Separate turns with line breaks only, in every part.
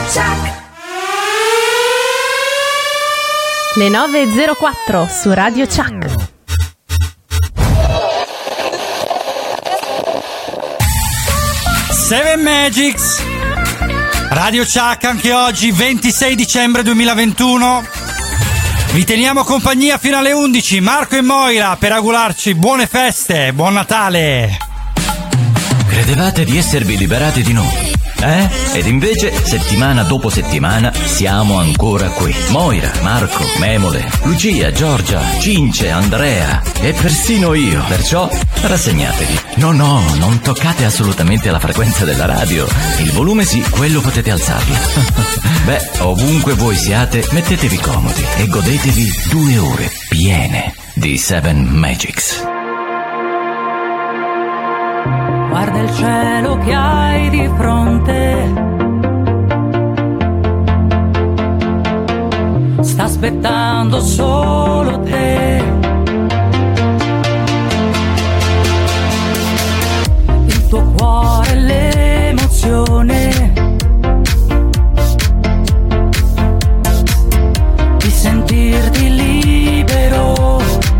Le 9.04 su Radio Chuck.
Seven Magics, Radio Chuck anche oggi, 26 dicembre 2021. Vi teniamo compagnia fino alle 11, Marco e Moira, per augurarci buone feste, buon Natale.
Credevate di esservi liberati di noi? Ed invece, settimana dopo settimana, siamo ancora qui. Moira, Marco, Memole, Lucia, Giorgia, Cince, Andrea e persino io. Perciò rassegnatevi. No, non toccate assolutamente la frequenza della radio. Il volume sì, quello potete alzarlo. Beh, ovunque voi siate, mettetevi comodi e godetevi 2 ore piene di Seven Magics.
Guarda il cielo che hai di fronte, sta aspettando solo te. Il tuo cuore, l'emozione di sentirti libero.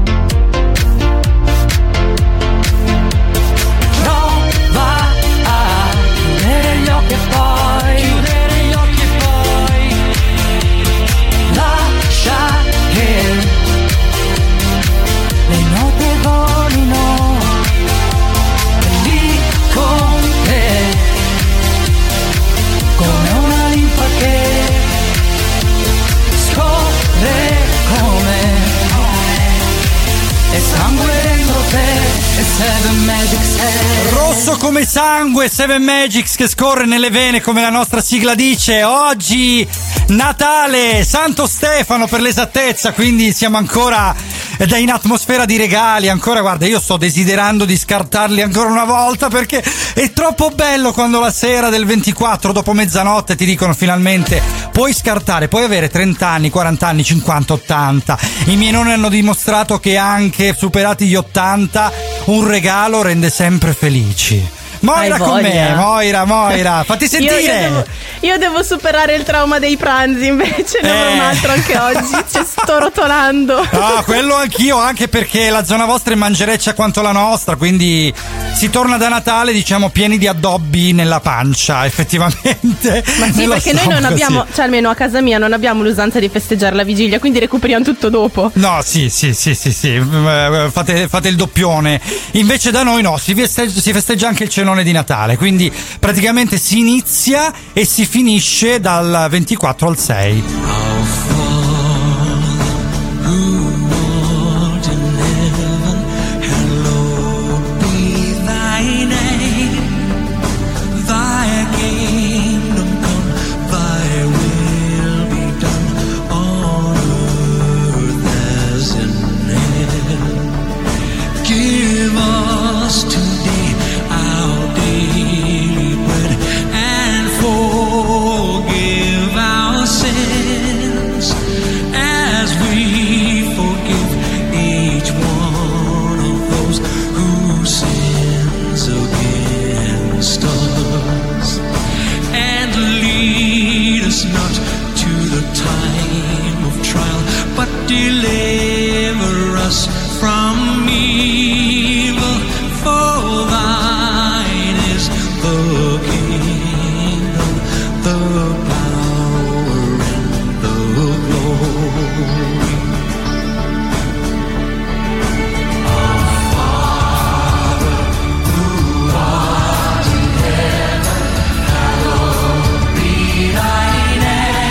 Rosso come sangue, Seven Magics che scorre nelle vene, come la nostra sigla dice. Oggi Natale, Santo Stefano per l'esattezza, quindi siamo ancora in atmosfera di regali. Ancora, guarda, io sto desiderando di scartarli ancora una volta, perché è troppo bello quando la sera del 24 dopo mezzanotte ti dicono finalmente puoi scartare, puoi avere 30 anni, 40 anni, 50, 80. I miei nonni hanno dimostrato che anche superati gli 80 un regalo rende sempre felici. Moira con me, Moira, fatti sentire.
Io devo superare il trauma dei pranzi, invece ne avrò un altro anche oggi. Ci sto rotolando.
No, quello anch'io, anche perché la zona vostra è mangereccia quanto la nostra, quindi si torna da Natale, diciamo, pieni di addobbi nella pancia, effettivamente.
Ma sì, perché noi non abbiamo, cioè almeno a casa mia non abbiamo l'usanza di festeggiare la vigilia, quindi recuperiamo tutto dopo.
No, sì, fate il doppione. Invece da noi no, si festeggia anche il cenone di Natale, quindi praticamente si inizia e si finisce dal 24 al 6.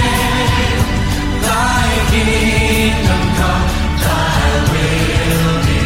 Thy kingdom come, thy will be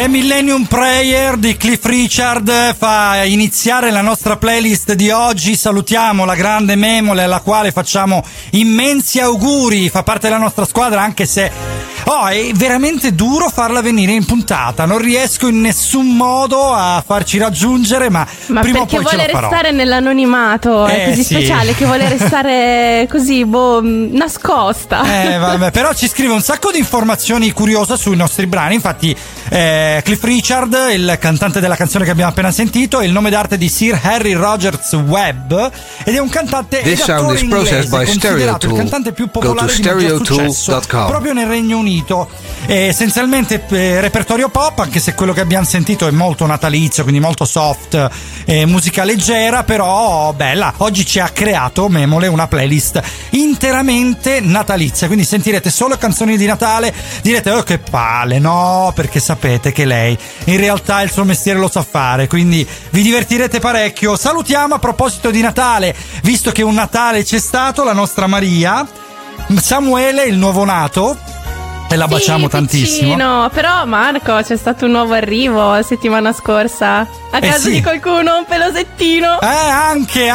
E Millennium Prayer di Cliff Richard fa iniziare la nostra playlist di oggi. Salutiamo la grande Memole, alla quale facciamo immensi auguri, fa parte della nostra squadra, anche se è veramente duro farla venire in puntata, non riesco in nessun modo a farci raggiungere, ma prima o poi ce lo farò.
Perché vuole restare nell'anonimato, è così speciale che vuole restare così nascosta.
Vabbè, però ci scrive un sacco di informazioni curiose sui nostri brani. Infatti Cliff Richard, il cantante della canzone che abbiamo appena sentito, è il nome d'arte di Sir Harry Rogers Webb ed è un cantante ed attore inglese, considerato il cantante più popolare di maggior successo proprio nel Regno Unito. Essenzialmente repertorio pop, anche se quello che abbiamo sentito è molto natalizio, quindi molto soft, musica leggera, però bella. Oggi ci ha creato Memole una playlist interamente natalizia, quindi sentirete solo canzoni di Natale. Direte che palle, no, perché sapete che lei in realtà il suo mestiere lo sa fare, quindi vi divertirete parecchio. Salutiamo, a proposito di Natale, visto che un Natale c'è stato, la nostra Maria, Samuele, il nuovo nato, e la baciamo tantissimo.
No, però Marco, c'è stato un nuovo arrivo la settimana scorsa a casa di qualcuno, un pelosettino.
Anche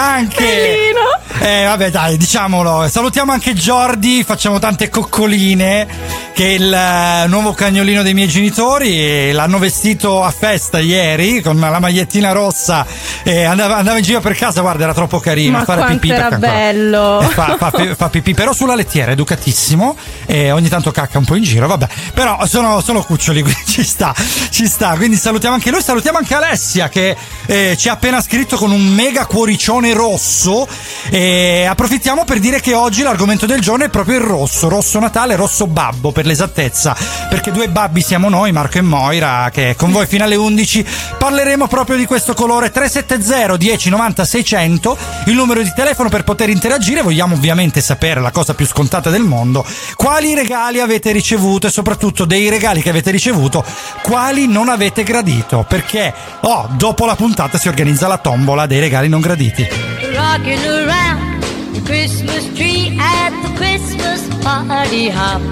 bellino.
Vabbè, dai, diciamolo. Salutiamo anche Jordi, facciamo tante coccoline, che è il nuovo cagnolino dei miei genitori, e l'hanno vestito a festa ieri con la magliettina rossa, e andava in giro per casa, guarda, era troppo carino.
Ma
a fare pipì,
era bello.
Fa pipì però sulla lettiera, educatissimo, e ogni tanto cacca un po' in giro, vabbè, però sono cuccioli, quindi ci sta. Quindi salutiamo anche lui, salutiamo anche Alessia, che ci ha appena scritto con un mega cuoricione rosso, e approfittiamo per dire che oggi l'argomento del giorno è proprio il rosso Natale, rosso babbo per l'esattezza, perché due babbi siamo noi, Marco e Moira, che con voi fino alle 11 parleremo proprio di questo colore. 370 10 90 600 il numero di telefono per poter interagire. Vogliamo ovviamente sapere la cosa più scontata del mondo: quali regali avete ricevuto, e soprattutto dei regali che avete ricevuto quali non avete gradito, perché dopo la puntata si organizza la tombola dei regali non graditi.
Rocking around the Christmas tree at the Christmas party hop.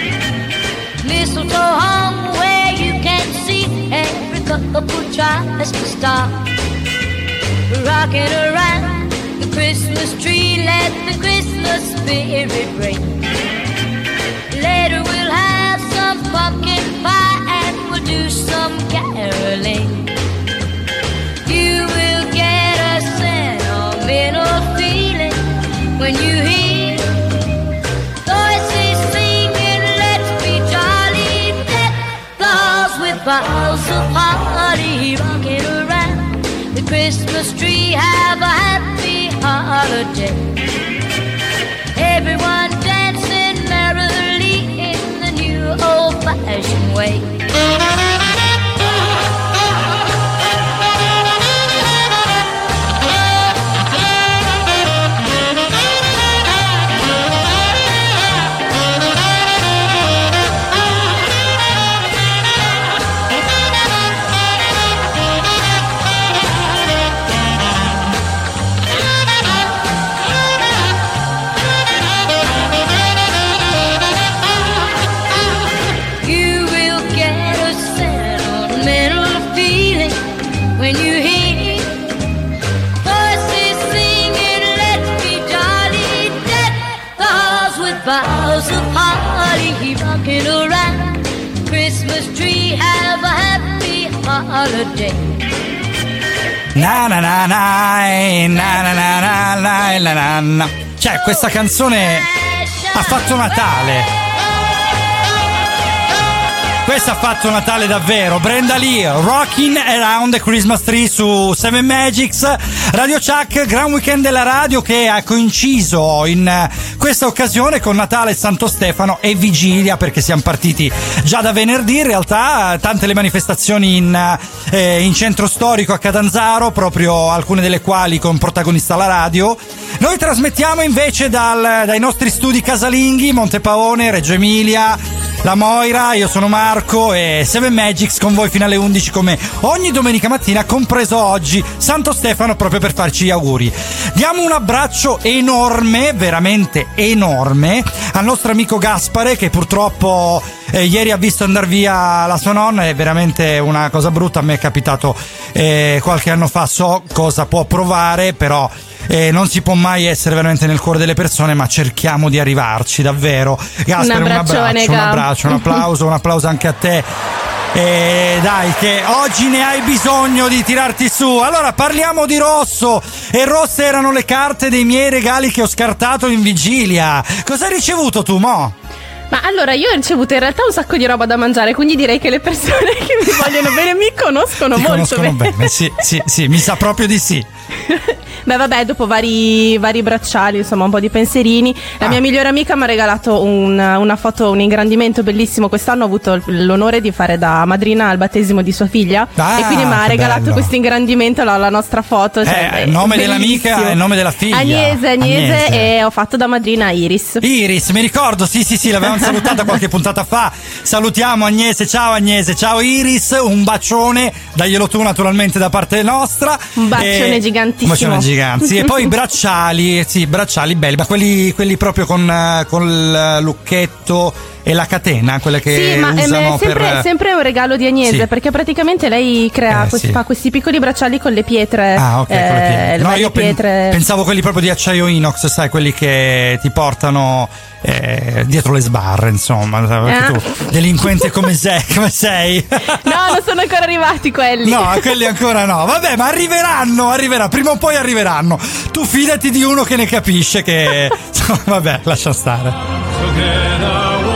Mistletoe hung where you can see every couple tries to stop. Rocking around the Christmas tree, let the Christmas spirit ring. Later we'll have some pumpkin pie and we'll do some caroling. You will get a sentimental feeling when you hear voices singing, let's be jolly. Deck the halls with boughs of holly, rocking around the Christmas tree. Have a happy holiday. Everyone dancing merrily in the new old-fashioned way. When you hear voices singing, let's be jolly. Deck the halls with boughs of holly, rocking around the Christmas tree. Have a happy holiday.
Na na na na na na na na na na. Cioè, questa canzone ha fatto Natale. Questa ha fatto Natale davvero. Brenda Lee, Rocking Around the Christmas Tree su 7 Magics, Radio Chuck, gran weekend della radio che ha coinciso in questa occasione con Natale, Santo Stefano e Vigilia, perché siamo partiti già da venerdì. In realtà tante le manifestazioni in centro storico a Catanzaro, proprio alcune delle quali con protagonista la radio. Noi trasmettiamo invece dai nostri studi casalinghi, Montepaone, Reggio Emilia, la Moira, io sono Marco e Seven Magics con voi fino alle 11 come ogni domenica mattina, compreso oggi Santo Stefano, proprio per farci gli auguri. Diamo un abbraccio enorme, veramente enorme, al nostro amico Gaspare che purtroppo ieri ha visto andare via la sua nonna. È veramente una cosa brutta, a me è capitato qualche anno fa, so cosa può provare, però non si può mai essere veramente nel cuore delle persone, ma cerchiamo di arrivarci davvero. Gaspare, un abbraccio, un applauso anche a te. Dai, che oggi ne hai bisogno di tirarti su. Allora parliamo di rosso, e rosse erano le carte dei miei regali che ho scartato in vigilia. Cosa hai ricevuto tu, Mo?
Ma allora, io ho ricevuto in realtà un sacco di roba da mangiare, quindi direi che le persone che mi vogliono bene mi conoscono molto bene.
Sì, mi sa proprio di sì.
Beh, vabbè, dopo vari bracciali, insomma, un po' di pensierini. La mia migliore amica mi ha regalato una foto, un ingrandimento bellissimo. Quest'anno ho avuto l'onore di fare da madrina al battesimo di sua figlia, e quindi mi ha regalato questo ingrandimento, la nostra foto.
Cioè, nome dell'amica e il nome della figlia.
Agnese, e ho fatto da madrina Iris, mi
ricordo, sì, l'avevamo salutata qualche puntata fa. Salutiamo Agnese, ciao Iris, un bacione, daglielo tu naturalmente da parte nostra.
Un bacione gigantissimo.
E poi bracciali belli, ma quelli proprio con il lucchetto e la catena, quelle che usano
sempre un regalo di Agnese, perché praticamente lei fa questi piccoli bracciali con le pietre.
No, io pensavo quelli proprio di acciaio inox, sai, quelli che ti portano dietro le sbarre, insomma. Tu, delinquente come sei.
No, non sono ancora arrivati quelli.
No, quelli ancora no. Vabbè, ma arriveranno, prima o poi arriveranno. Tu fidati di uno che ne capisce, che vabbè, lascia stare.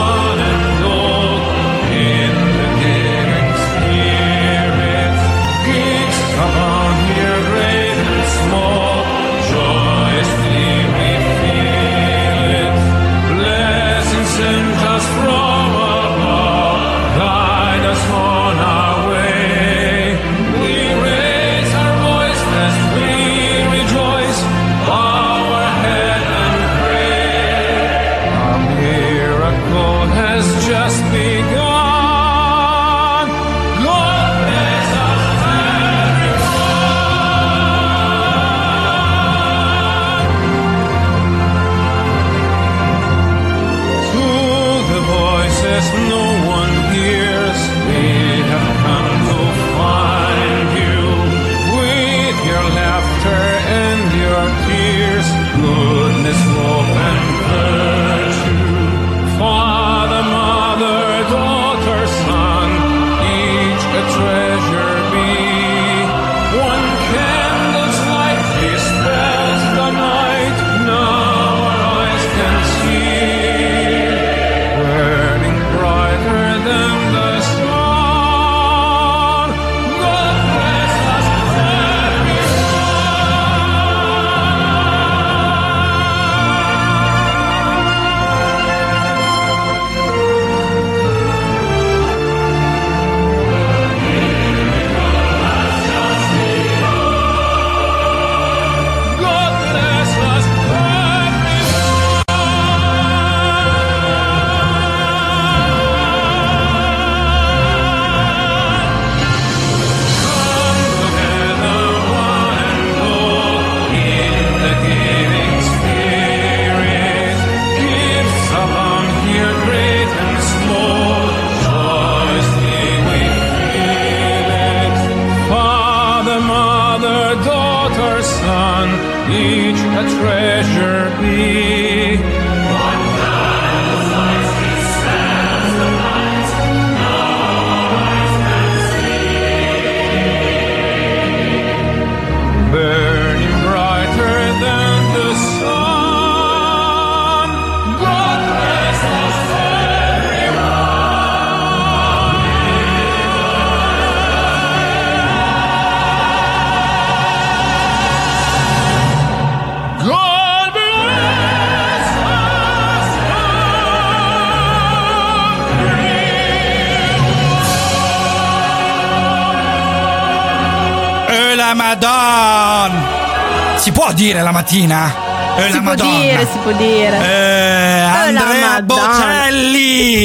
Madonna! Si può dire la mattina?
Si può dire.
Andrea Bocelli!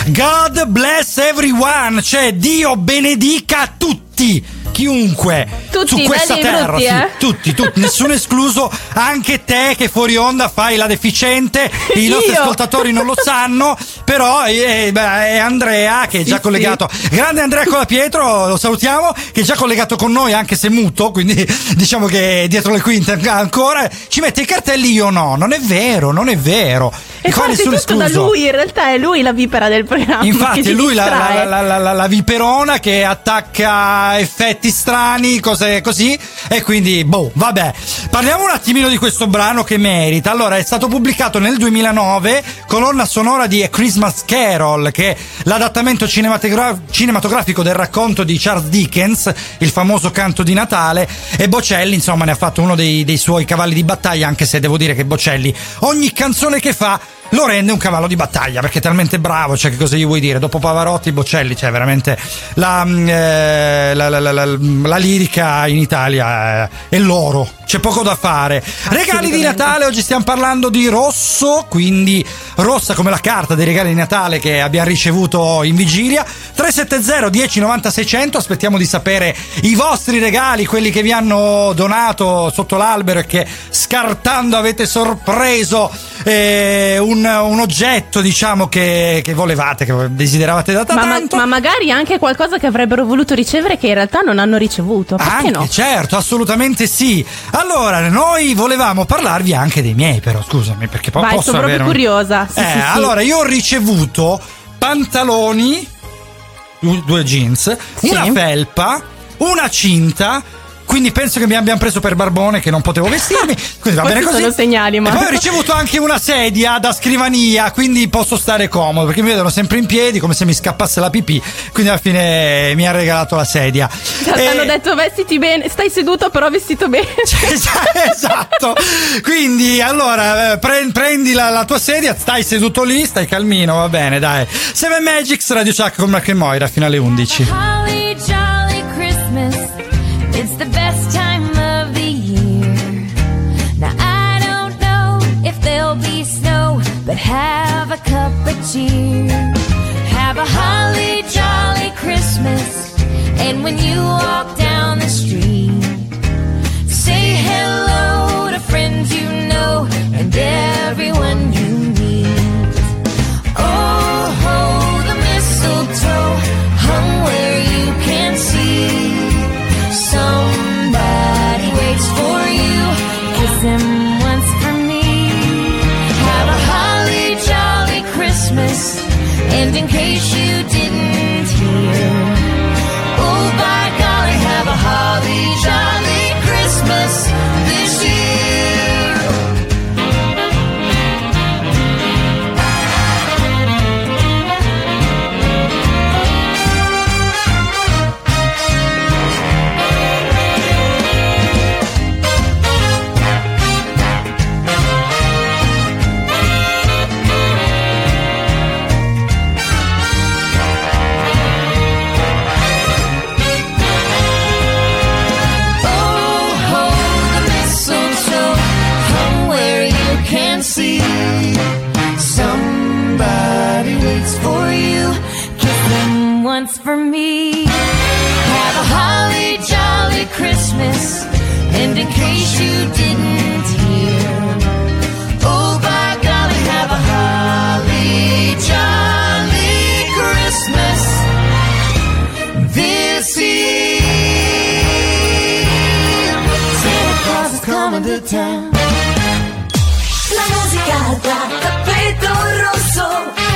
God bless everyone, cioè Dio benedica tutti, chiunque
tutti,
su questa terra,
brutti,
tutti, nessuno escluso, anche te che fuori onda fai la deficiente. I nostri ascoltatori non lo sanno, però è Andrea che è già collegato. Grande Andrea Colapietro, lo salutiamo, che è già collegato con noi anche se muto, quindi diciamo che dietro le quinte ancora ci mette i cartelli. Io no, non è vero.
E
qua
parte
nessuno
tutto
escluso.
Da lui, in realtà è lui la vipera del programma.
Infatti
è
lui la viperona che attacca effetti strani, cose così, e quindi vabbè. Parliamo un attimino di questo brano che merita. Allora, è stato pubblicato nel 2009, colonna sonora di A Christmas Carol, che è l'adattamento cinematografico del racconto di Charles Dickens, il famoso canto di Natale, e Bocelli insomma ne ha fatto uno dei suoi cavalli di battaglia, anche se devo dire che Bocelli ogni canzone che fa lo rende un cavallo di battaglia, perché è talmente bravo, cioè che cosa gli vuoi dire? Dopo Pavarotti, Bocelli, cioè veramente la lirica in Italia è l'oro, c'è poco da fare. Regali di Natale, oggi stiamo parlando di rosso, quindi rossa come la carta dei regali di Natale che abbiamo ricevuto in vigilia. 370 10 90 600, aspettiamo di sapere i vostri regali, quelli che vi hanno donato sotto l'albero e che scartando avete sorpreso un oggetto, diciamo, che volevate, che desideravate da tanto.
Ma magari anche qualcosa che avrebbero voluto ricevere che in realtà non hanno ricevuto. Perché
anche,
no?
Certo, assolutamente sì. Allora, noi volevamo parlarvi anche dei miei, però scusami, perché poi posso
sono
avere
proprio curiosa. Sì.
Allora, io ho ricevuto pantaloni, 2 jeans, una felpa, una cinta. Quindi penso che mi abbiamo preso per barbone, che non potevo vestirmi, quindi va bene così.
Sono segnali, ma...
E poi ho ricevuto anche una sedia da scrivania, quindi posso stare comodo, perché mi vedono sempre in piedi come se mi scappasse la pipì, quindi alla fine mi ha regalato la sedia.
Hanno detto vestiti bene, stai seduto però vestito bene.
Esatto. Quindi allora prendi la tua sedia, stai seduto lì, stai calmino, va bene, dai. 7 Magics, Radio Chuck con Mark e Moira fino alle 11.
Holly jolly Christmas, it's the best time of the year. Now I don't know if there'll be snow, but have a cup of cheer. Have a holly jolly Christmas, and when you walk down the street, say hello to friends you know and everyone you meet. Oh, the mistletoe hung where you can see. Somebody waits for you, kiss him once for me. Have a holly jolly Christmas, and in case you didn't hear, oh by golly, have a holly jolly Christmas this year. Somebody waits for you, kiss them once for me. Have a holly jolly Christmas, and in case you didn't hear, oh by golly, have a holly jolly Christmas this year. Santa Claus is coming to town.
La musica da tappeto rosso.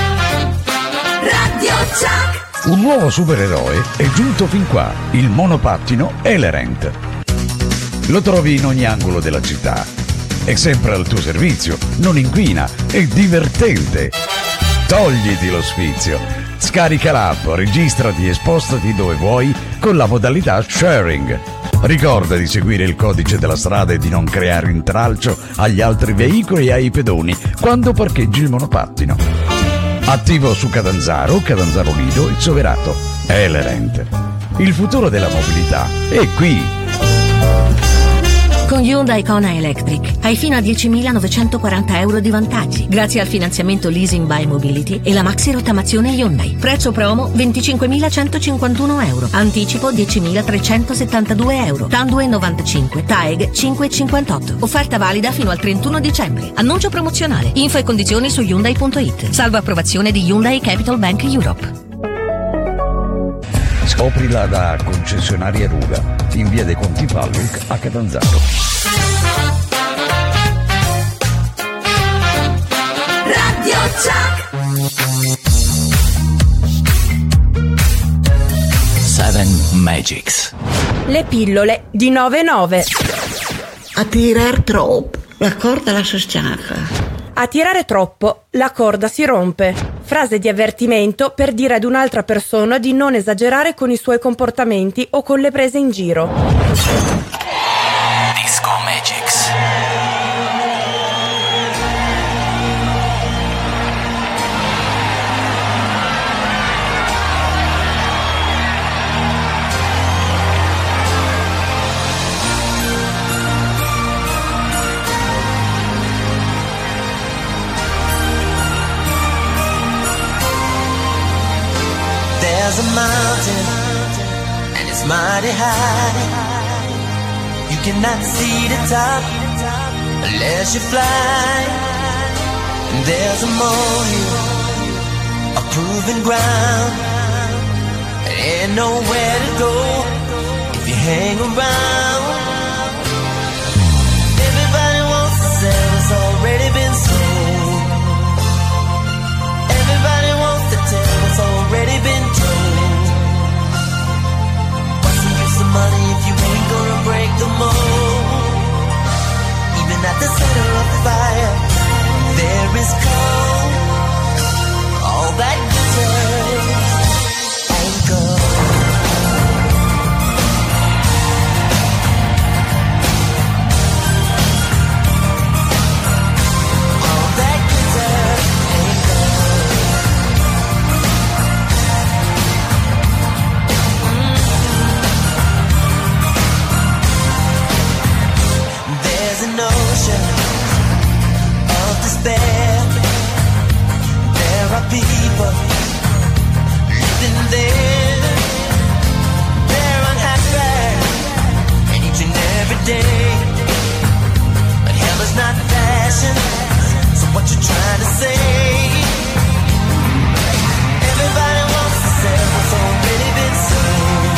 Radio Chuck.
Un nuovo supereroe è giunto fin qua, il monopattino Elerent. Lo trovi in ogni angolo della città. È sempre al tuo servizio, non inquina, è divertente. Togliti lo sfizio. Scarica l'app, registrati e spostati dove vuoi con la modalità sharing. Ricorda di seguire il codice della strada e di non creare intralcio agli altri veicoli e ai pedoni quando parcheggi il monopattino. Attivo su Catanzaro, Catanzaro Lido e Soverato. Elerent. Il futuro della mobilità è qui.
Con Hyundai Kona Electric hai fino a 10.940 euro di vantaggi grazie al finanziamento leasing by Mobility e la maxi rottamazione Hyundai. Prezzo promo 25.151 euro. Anticipo 10.372 euro. TAN 2,95. TAEG 5,58. Offerta valida fino al 31 dicembre. Annuncio promozionale. Info e condizioni su Hyundai.it. Salvo approvazione di Hyundai Capital Bank Europe.
Scoprila da concessionaria Ruga in via dei Conti Palluc a Catanzaro.
Radio Chuck.
7 Magics.
Le pillole di 9-9.
A tirar troppo, la corda la sostacca.
A tirare troppo, la corda si rompe. Frase di avvertimento per dire ad un'altra persona di non esagerare con i suoi comportamenti o con le prese in giro.
Disco Magics.
There's a mountain and it's mighty high. You cannot see the top unless you fly. And there's a molehill, a proven ground. There ain't nowhere to go if you hang around. Everybody wants to sell what's already been sold. Everybody wants to tell what's already been told. What's the use of money if you ain't gonna break the mold? Even at the center of the fire, there is cold. All that glitters ain't gold. An ocean of despair. There are people living there. They're unhappy, and each and every day. But hell is not fashion, so what you trying to say? Everybody wants to sell what's already been sold.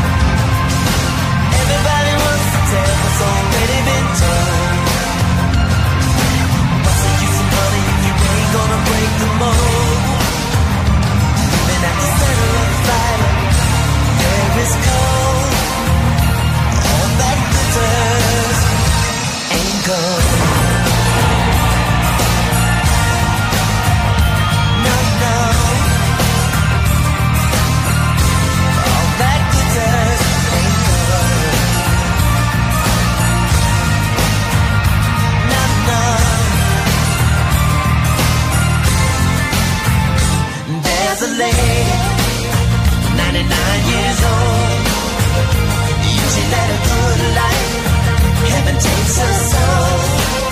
Everybody wants to tell what's already been told. What's the use of money if you ain't gonna break the mold? Even at the center of the fire, there is cold. All that glitters ain't gold. No, no. All that glitters ain't gold. No, no. There's a lady, 99 years old. She led a good life. Heaven takes her soul.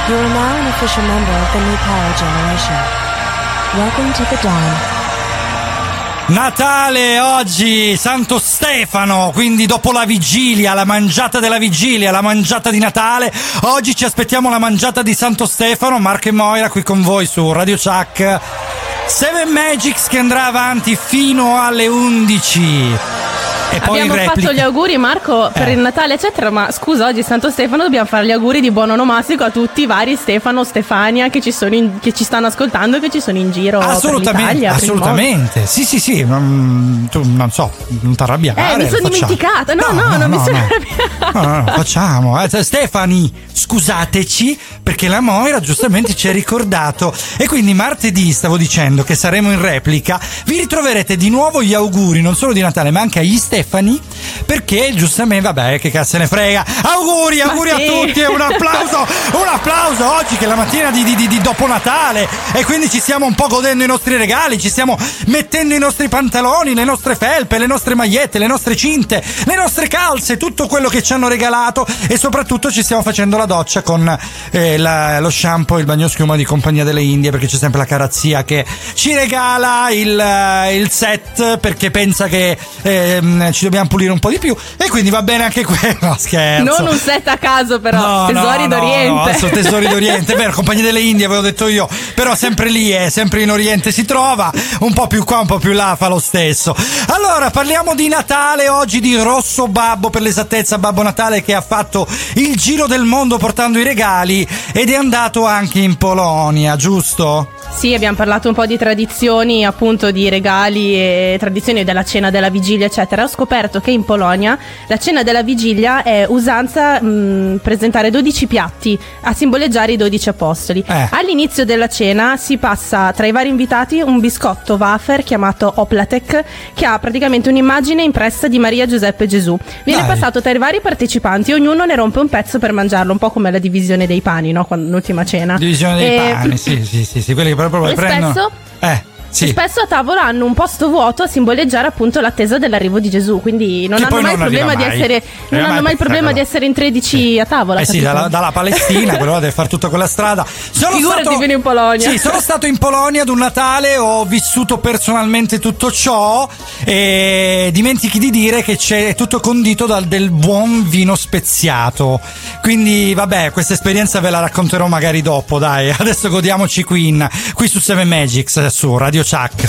You are now an official member of the New Power Generation. Welcome to the dawn.
Natale oggi, Santo Stefano, quindi dopo la vigilia, la mangiata della vigilia, la mangiata di Natale, oggi ci aspettiamo la mangiata di Santo Stefano. Marco e Moira qui con voi su Radio Chuck 7 Magics, che andrà avanti fino alle 11. E poi
abbiamo fatto gli auguri, Marco, per il Natale eccetera, ma scusa, oggi Santo Stefano dobbiamo fare gli auguri di buon onomastico a tutti i vari Stefano, Stefania che ci stanno ascoltando, che ci sono in giro per l'Italia.
Assolutamente, sì, tu non so, non t'arrabbiare.
Mi sono dimenticata, no, non mi sono arrabbiata.
No, facciamo. Stefani, scusateci, perché la Moira giustamente ci ha ricordato, e quindi martedì stavo dicendo che saremo in replica, vi ritroverete di nuovo gli auguri, non solo di Natale ma anche agli Stefani, perché giustamente, vabbè, che cazzo ne frega, auguri a tutti, e un applauso oggi che è la mattina di dopo Natale, e quindi ci stiamo un po' godendo i nostri regali, ci stiamo mettendo i nostri pantaloni, le nostre felpe, le nostre magliette, le nostre cinte, le nostre calze, tutto quello che ci hanno regalato, e soprattutto ci stiamo facendo la doccia con lo shampoo e il bagnoschiuma di Compagnia delle Indie, perché c'è sempre la Carazia che ci regala il set, perché pensa che ci dobbiamo pulire un po' di più, e quindi va bene anche quello. No, scherzo.
Non un set a caso, però tesori d'Oriente.
No, tesori d'Oriente, è vero, Compagnia delle Indie avevo detto io, però sempre lì, sempre in Oriente si trova, un po' più qua, un po' più là, fa lo stesso. Allora, parliamo di Natale oggi, di Rosso Babbo, per l'esattezza, Babbo Natale, che ha fatto il giro del mondo portando i regali ed è andato anche in Polonia, giusto?
Sì, abbiamo parlato un po' di tradizioni, appunto, di regali e tradizioni della cena della vigilia eccetera. Ho scoperto che in Polonia la cena della vigilia è usanza presentare 12 piatti a simboleggiare i 12 apostoli. All'inizio della cena si passa tra i vari invitati un biscotto wafer chiamato oplatek, che ha praticamente un'immagine impressa di Maria, Giuseppe e Gesù. Viene passato tra i vari partecipanti, ognuno ne rompe un pezzo per mangiarlo, un po' come la divisione dei pani, no? L'ultima cena.
Divisione dei pani, sì, quelli che proprio prendono. Sì.
Spesso a tavola hanno un posto vuoto a simboleggiare appunto l'attesa dell'arrivo di Gesù, quindi non hanno mai il problema il problema di essere in 13 a tavola.
Sì, dalla Palestina, quello deve fare tutta quella strada.
Figurati, vieni in Polonia.
Sì, sono stato in Polonia ad un Natale, ho vissuto personalmente tutto ciò, e dimentichi di dire che c'è tutto condito del buon vino speziato. Quindi vabbè, questa esperienza ve la racconterò magari dopo, dai. Adesso godiamoci Queen qui su 7 Magics su Radio Chuck.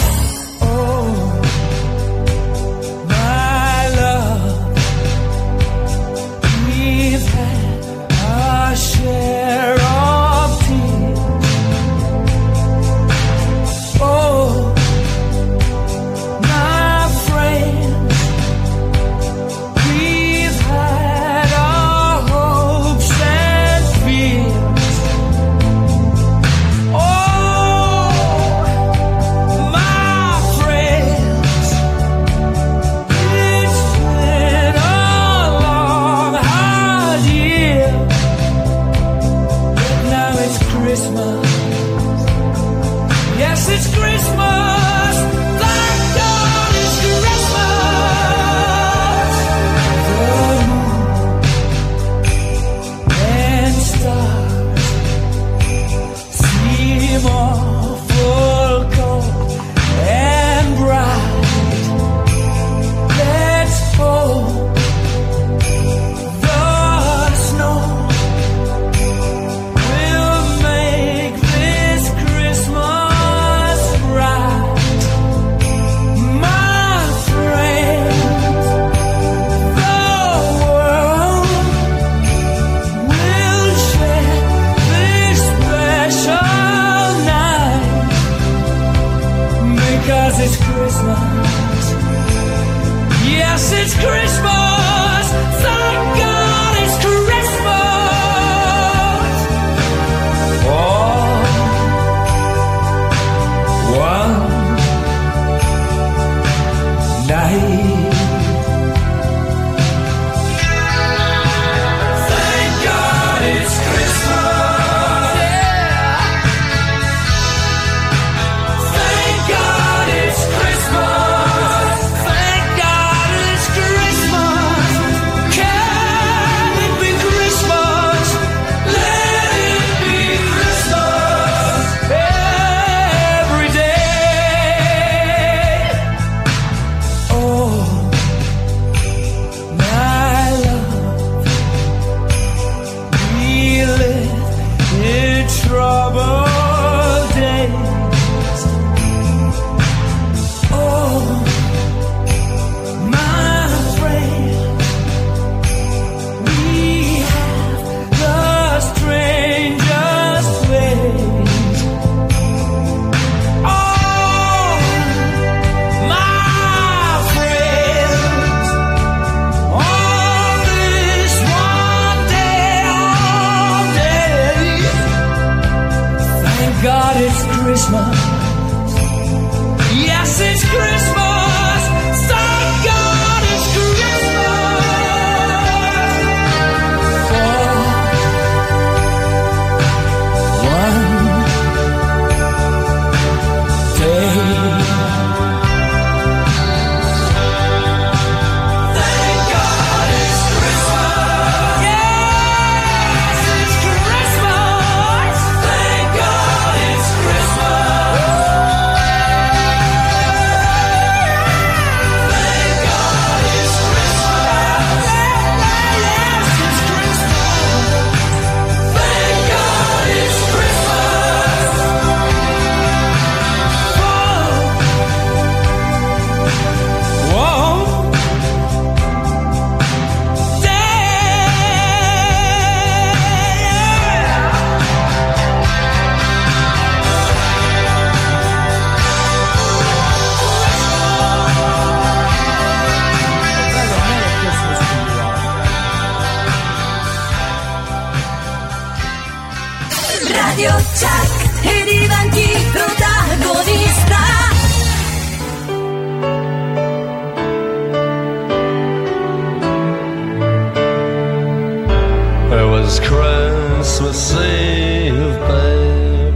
Christmas Eve, babe.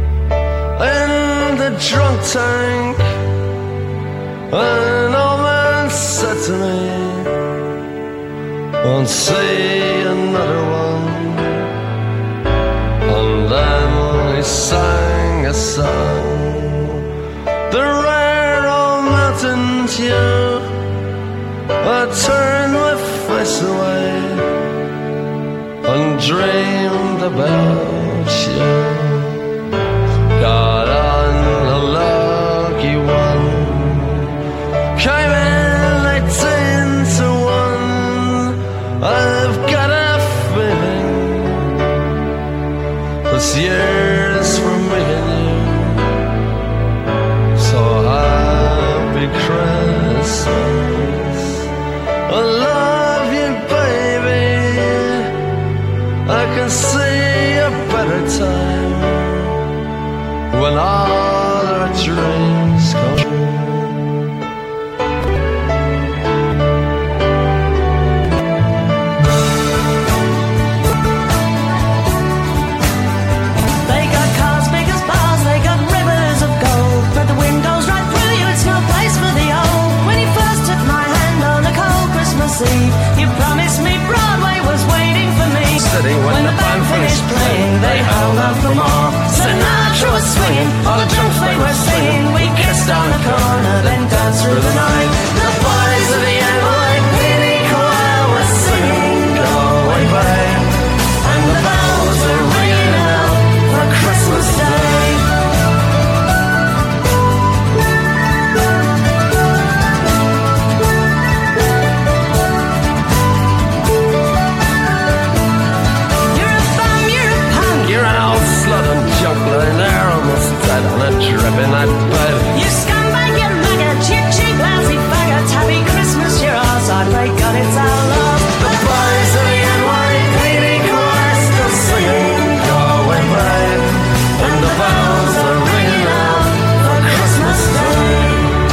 In the drunk tank, an old man said to me, won't see another one. And then he sang a song, the rare old mountain tune. I turned my face away and dreamed about you. Got on a lucky one, came in 18 to 1. I've got a feeling this year's for me and you. So happy Christmas. I love you, baby. I can see a better time when all our dreams come true.
They got cars big as bars, they got rivers of gold, but the windows right through you, it's no place for the old. When you first took my hand on a cold Christmas Eve, you promised me Broadway was waiting for me. When the band finished playing, they held out for more. Sinatra was swinging, all the drums they were singing. We kissed on the corner, then danced through the night. The boys of the NYPD choir were singing, go away, babe. And the bells were ringing out for Christmas Day.
Lying there almost dead on a trip in that bed.
You scumbag, you maggot, you cheap, lousy faggot. Happy Christmas, you're ours, I pray God it's our love. The boys of the NYPD choir still singing, go away, babe. And the bells are ringing out for Christmas Day.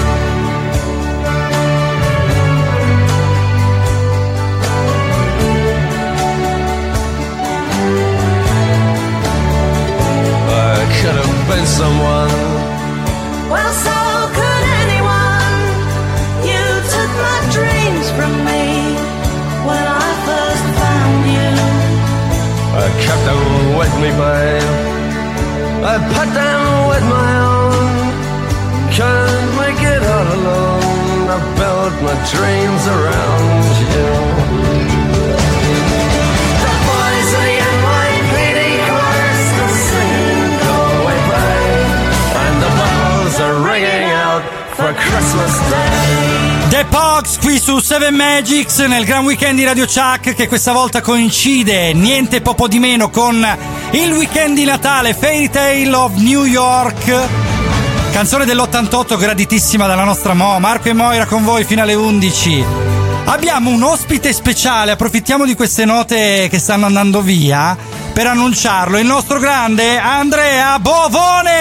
Could have been someone.
Well, so could anyone. You took my dreams from me when I first found you.
I kept them with me, babe. I put them with my own. Can't make it all alone. I built my dreams around you. The boys of the NYPD choir still singing, go away, babe. And the bells are ringing out for Christmas Day.
The Pogs qui su 7 Magics nel Gran Weekend di Radio Chuck, che questa volta coincide niente poco di meno con il weekend di Natale, Fairy Tale of New York, canzone dell'88 graditissima dalla nostra Marco e Moira con voi fino alle 11. Abbiamo un ospite speciale, approfittiamo di queste note che stanno andando via per annunciarlo, il nostro grande Andrea Bovone.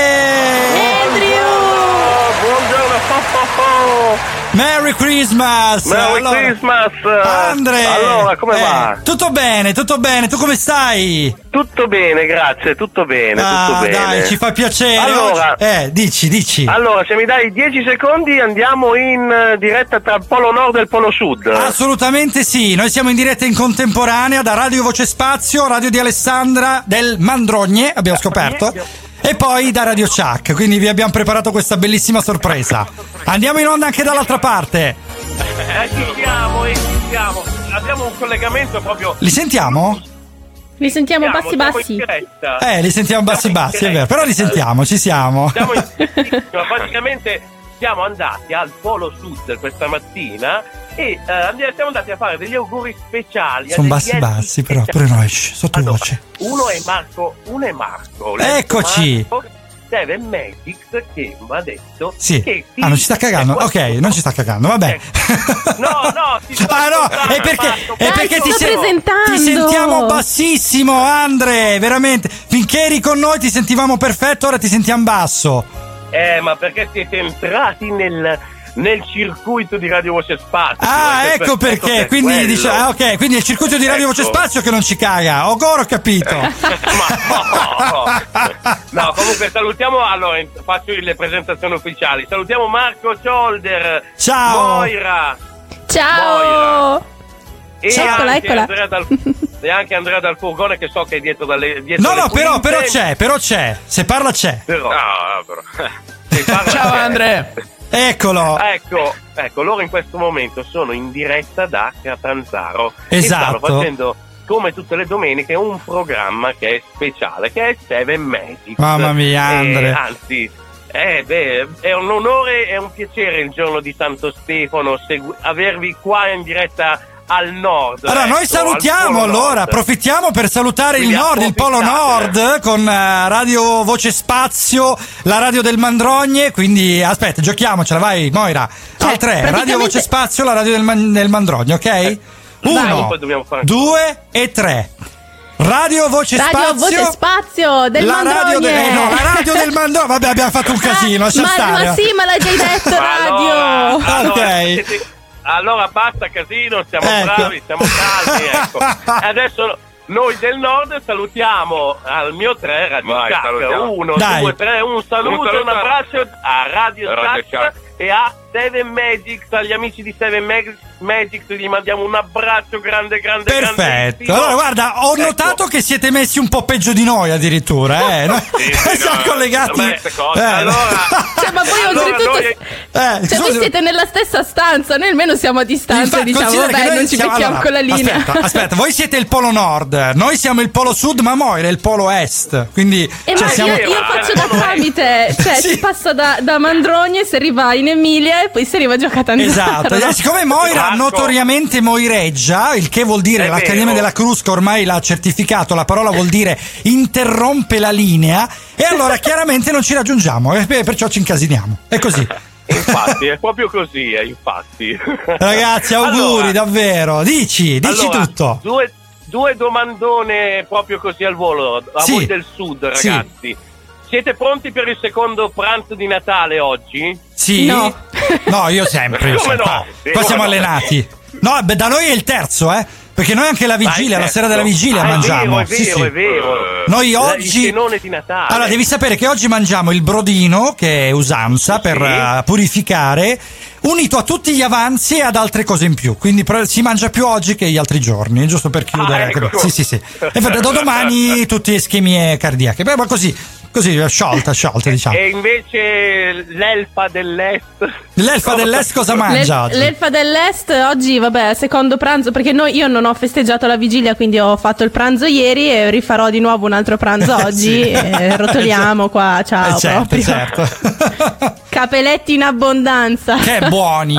Buongiorno.
Merry Christmas!
Merry Christmas!
Andrea!
Allora, come va?
Tutto bene, tu come stai?
Tutto bene, grazie, tutto bene, tutto bene.
Dai, ci fa piacere.
Allora,
dici.
Allora, se mi dai 10 secondi andiamo in diretta tra il Polo Nord e il Polo Sud.
Assolutamente sì, noi siamo in diretta in contemporanea da Radio Voce Spazio, Radio di Alessandra del Mandrogne, abbiamo scoperto. E poi da Radio Chuck, quindi vi abbiamo preparato questa bellissima sorpresa. Andiamo in onda anche dall'altra parte.
Ci siamo. Abbiamo un collegamento proprio.
Li sentiamo?
Li sentiamo bassi.
Li sentiamo bassi, è vero. Però li sentiamo, ci siamo.
Praticamente siamo andati al Polo Sud questa mattina e siamo andati a fare degli auguri speciali.
Sono bassi, però pure noi, sottovoce.
Uno è Marco.
Eccoci.
Seven Magics che mi ha detto
sì.
Che
non ci sta cagando. Ok, non ci sta cagando, vabbè.
No,
è perché ti sentiamo bassissimo, Andre, veramente. Finché eri con noi ti sentivamo perfetto, ora ti sentiamo basso.
Ma perché siete entrati nel nel circuito di Radio Voce Spazio.
Ecco perché, quindi
quello.
dice, ok, quindi è il circuito di Radio Voce Spazio che non ci caga. Ho capito.
No, comunque salutiamo, allora faccio le presentazioni ufficiali. Salutiamo Marco Ciolder.
Ciao.
Moira.
Ciao.
E
Eccola,
anche
eccola.
e anche Andrea Dal Furgone, che so che è dietro
No,
le
però c'è. Se parla c'è.
Ciao Andrea.
Eccolo.
Ecco, loro in questo momento sono in diretta da Catanzaro.
Esatto.
E stanno facendo, come tutte le domeniche, un programma che è speciale, che è Seven Magic.
Mamma mia, Andrea.
Anzi, è un onore e un piacere il giorno di Santo Stefano avervi qua in diretta al nord.
Allora, noi salutiamo, approfittiamo per salutare il nord, il Polo Nord, con Radio Voce Spazio, la radio del Mandrogne. Quindi aspetta, giochiamocela, vai Moira. Al 3, Radio Voce Spazio, la radio del Mandrogne, ok? 1, 2 e 3. Radio Voce Spazio
del Mandrogne.
la radio del Mandrogne. Vabbè, abbiamo fatto un casino, lascia stare.
Ma sì, ma l'hai già detto, radio.
Ok.
Allora basta casino, siamo bravi, siamo calmi, ecco. Adesso noi del nord salutiamo al mio 3 Radio Chuck. 1, 2, 3, un saluto, un abbraccio a Radio Chuck e a Seven Magics, agli amici di Seven Magics gli mandiamo un abbraccio grande.
Perfetto. Allora guarda, ho notato che siete messi un po' peggio di noi addirittura, siamo collegati.
Allora,
ma poi oltretutto voi siete nella stessa stanza, noi almeno siamo a distanza, diciamo, vabbè, non ci becchiamo con la linea.
Aspetta, voi siete il polo nord, noi siamo il polo sud, ma Moira è il polo est, quindi
io faccio da tramite, si passa da Mandrogne, si arriva in Emilia e poi si arriva giù a Catanzaro.
Esatto, siccome Moira notoriamente moireggia, il che vuol dire l'Accademia della Crusca ormai l'ha certificato, la parola vuol dire interrompe la linea, e allora chiaramente non ci raggiungiamo, e perciò ci incasiniamo. È così.
Infatti, è proprio così, infatti.
Ragazzi, auguri, davvero. Dici
allora,
tutto.
Due domandone proprio così al volo, a voi del sud, ragazzi. Sì. Siete pronti per il secondo pranzo di Natale oggi?
Sì. No, io sempre. Qua siamo allenati. No, da noi è il terzo, perché noi anche la vigilia, la sera della vigilia mangiamo.
È vero.
Noi oggi.
Il cenone di Natale.
Allora, devi sapere che oggi mangiamo il brodino, che è usanza per purificare, unito a tutti gli avanzi e ad altre cose in più. Quindi si mangia più oggi che gli altri giorni, giusto per chiudere.
Ecco.
Sì. E infatti, da domani tutte ischemie cardiache. Beh, ma così sciolta, diciamo.
E invece l'elfa dell'est
cosa mangia oggi?
L'elfa dell'est oggi, vabbè, secondo pranzo, perché io non ho festeggiato la vigilia, quindi ho fatto il pranzo ieri e rifarò di nuovo un altro pranzo oggi. E rotoliamo qua, ciao.
Certo.
Capelletti in abbondanza.
Che buoni.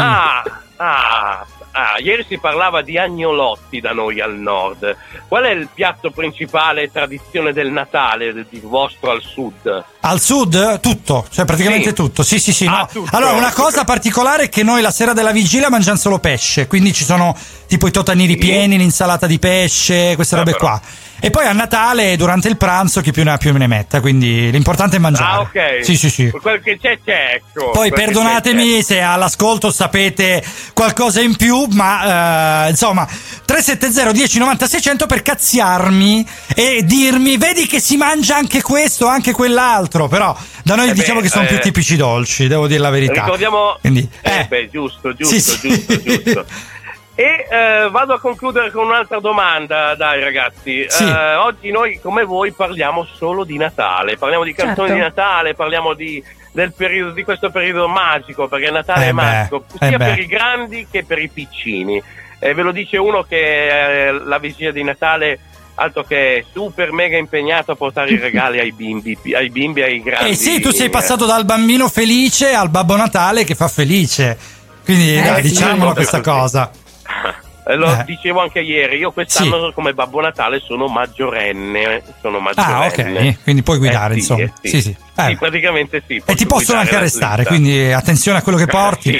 Ieri si parlava di agnolotti da noi al nord. Qual è il piatto principale, tradizione del Natale di vostro al sud?
Al sud? Tutto, cioè praticamente tutto. Sì. No.
Tutto.
Allora, una cosa particolare è che noi la sera della vigilia mangiamo solo pesce, quindi ci sono tipo i totanini ripieni, l'insalata di pesce, queste robe qua. E poi a Natale, durante il pranzo, chi più ne ha più ne metta, quindi l'importante è mangiare.
Ok.
Sì.
Quel che c'è, ecco.
Poi perdonatemi se all'ascolto sapete qualcosa in più, ma insomma 370 10 90 600 per cazziarmi e dirmi vedi che si mangia anche questo, anche quell'altro, però da noi diciamo che sono più tipici dolci, devo dire la verità.
Ricordiamo.
Quindi,
giusto.
Sì.
E vado a concludere con un'altra domanda, dai ragazzi. Oggi noi, come voi, parliamo solo di Natale, parliamo di canzoni di Natale, parliamo del periodo, di questo periodo magico, perché Natale è magico sia per i grandi che per i piccini. Ve lo dice uno che la vigilia di Natale, altro che è super mega impegnato a portare i regali ai bimbi, ai grandi.
Sì, tu sei passato dal bambino felice al Babbo Natale che fa felice, quindi diciamolo questa cosa.
Lo dicevo anche ieri, io quest'anno come Babbo Natale sono maggiorenne.
Ah, ok, quindi puoi guidare, insomma. Sì,
praticamente sì.
E ti possono anche arrestare, quindi attenzione a quello che porti.